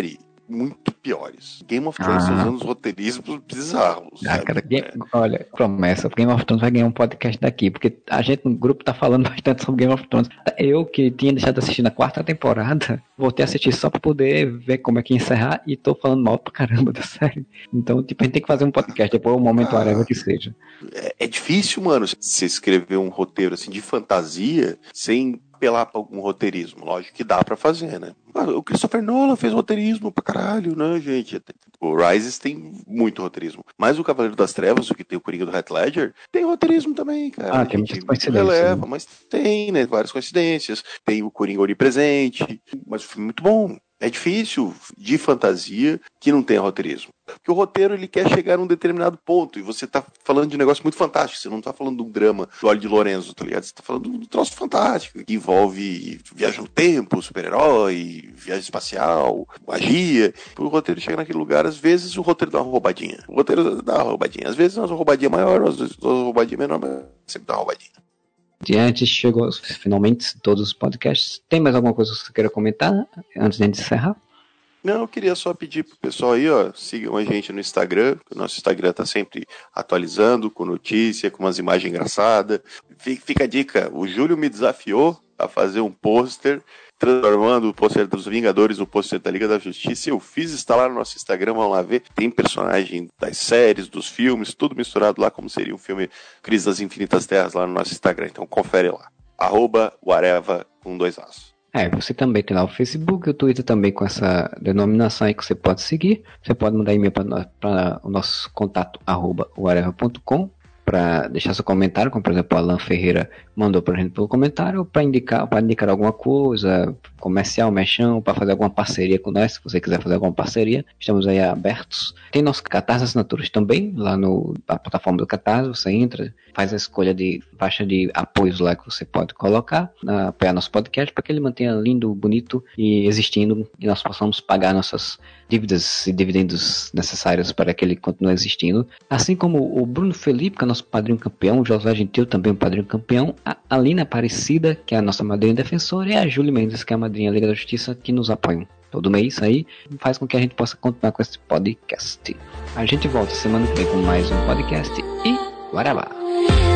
muito piores. Game of Thrones tá usando os roteirismos bizarros. Cara, olha, promessa, Game of Thrones vai ganhar um podcast daqui, porque a gente no grupo tá falando bastante sobre Game of Thrones. Eu, que tinha deixado de assistir na 4ª temporada, voltei a assistir só pra poder ver como é que ia encerrar, e tô falando mal pra caramba da série. Então, tipo, a gente tem que fazer um podcast, depois o momento whatever que seja. É difícil, mano, você escrever um roteiro assim de fantasia sem apelar pra algum roteirismo. Lógico que dá pra fazer, né? O Christopher Nolan fez roteirismo pra caralho, né, gente? O Rises tem muito roteirismo. Mas o Cavaleiro das Trevas, o que tem o Coringa do Heath Ledger, tem roteirismo também, cara. Tem muitas coincidências. Releva, mas tem, né? Várias coincidências. Tem o Coringa onipresente. Mas o filme é muito bom. É difícil de fantasia que não tenha roteirismo. Porque o roteiro, ele quer chegar num determinado ponto, e você tá falando de um negócio muito fantástico, você não tá falando de um drama do Óleo de Lorenzo, tá ligado? Você tá falando de um troço fantástico, que envolve viagem no tempo, super-herói, viagem espacial, magia. O roteiro chega naquele lugar, às vezes o roteiro dá uma roubadinha. O roteiro dá uma roubadinha. Às vezes é uma roubadinha maior, às vezes é uma roubadinha menor, mas sempre dá uma roubadinha. Diante, chegou finalmente todos os podcasts. Tem mais alguma coisa que você queira comentar antes de encerrar? Não, eu queria só pedir pro pessoal aí, ó, sigam a gente no Instagram, que o nosso Instagram tá sempre atualizando, com notícia, com umas imagens engraçadas. Fica a dica, o Júlio me desafiou a fazer um pôster, transformando o pôster dos Vingadores no pôster da Liga da Justiça. Eu fiz, está lá no nosso Instagram, vamos lá ver. Tem personagem das séries, dos filmes, tudo misturado lá, como seria um filme Crise das Infinitas Terras lá no nosso Instagram. Então confere lá. @Whatever com 2 As. Você também tem lá o Facebook e o Twitter também com essa denominação aí que você pode seguir. Você pode mandar e-mail para o nosso contato @whatever.com para deixar seu comentário, como por exemplo o Alan Ferreira mandou pra gente pelo comentário, ou para indicar alguma coisa, comercial, merchan, para fazer alguma parceria com nós, se você quiser fazer alguma parceria, estamos aí abertos. Tem nosso Catarse Assinaturas também, lá na plataforma do Catarse, você entra, faz a escolha de faixa de apoios lá que você pode colocar, apoiar nosso podcast, para que ele mantenha lindo, bonito e existindo, e nós possamos pagar nossas dívidas e dividendos necessários para que ele continue existindo. Assim como o Bruno Felipe, que é nosso padrinho campeão, o José Gentil também um padrinho campeão, a Alina Aparecida, que é a nossa madrinha defensora, e a Júlia Mendes, que é a madrinha Liga da Justiça, que nos apoiam todo mês aí, faz com que a gente possa continuar com esse podcast. A gente volta semana que vem com mais um podcast e whatever!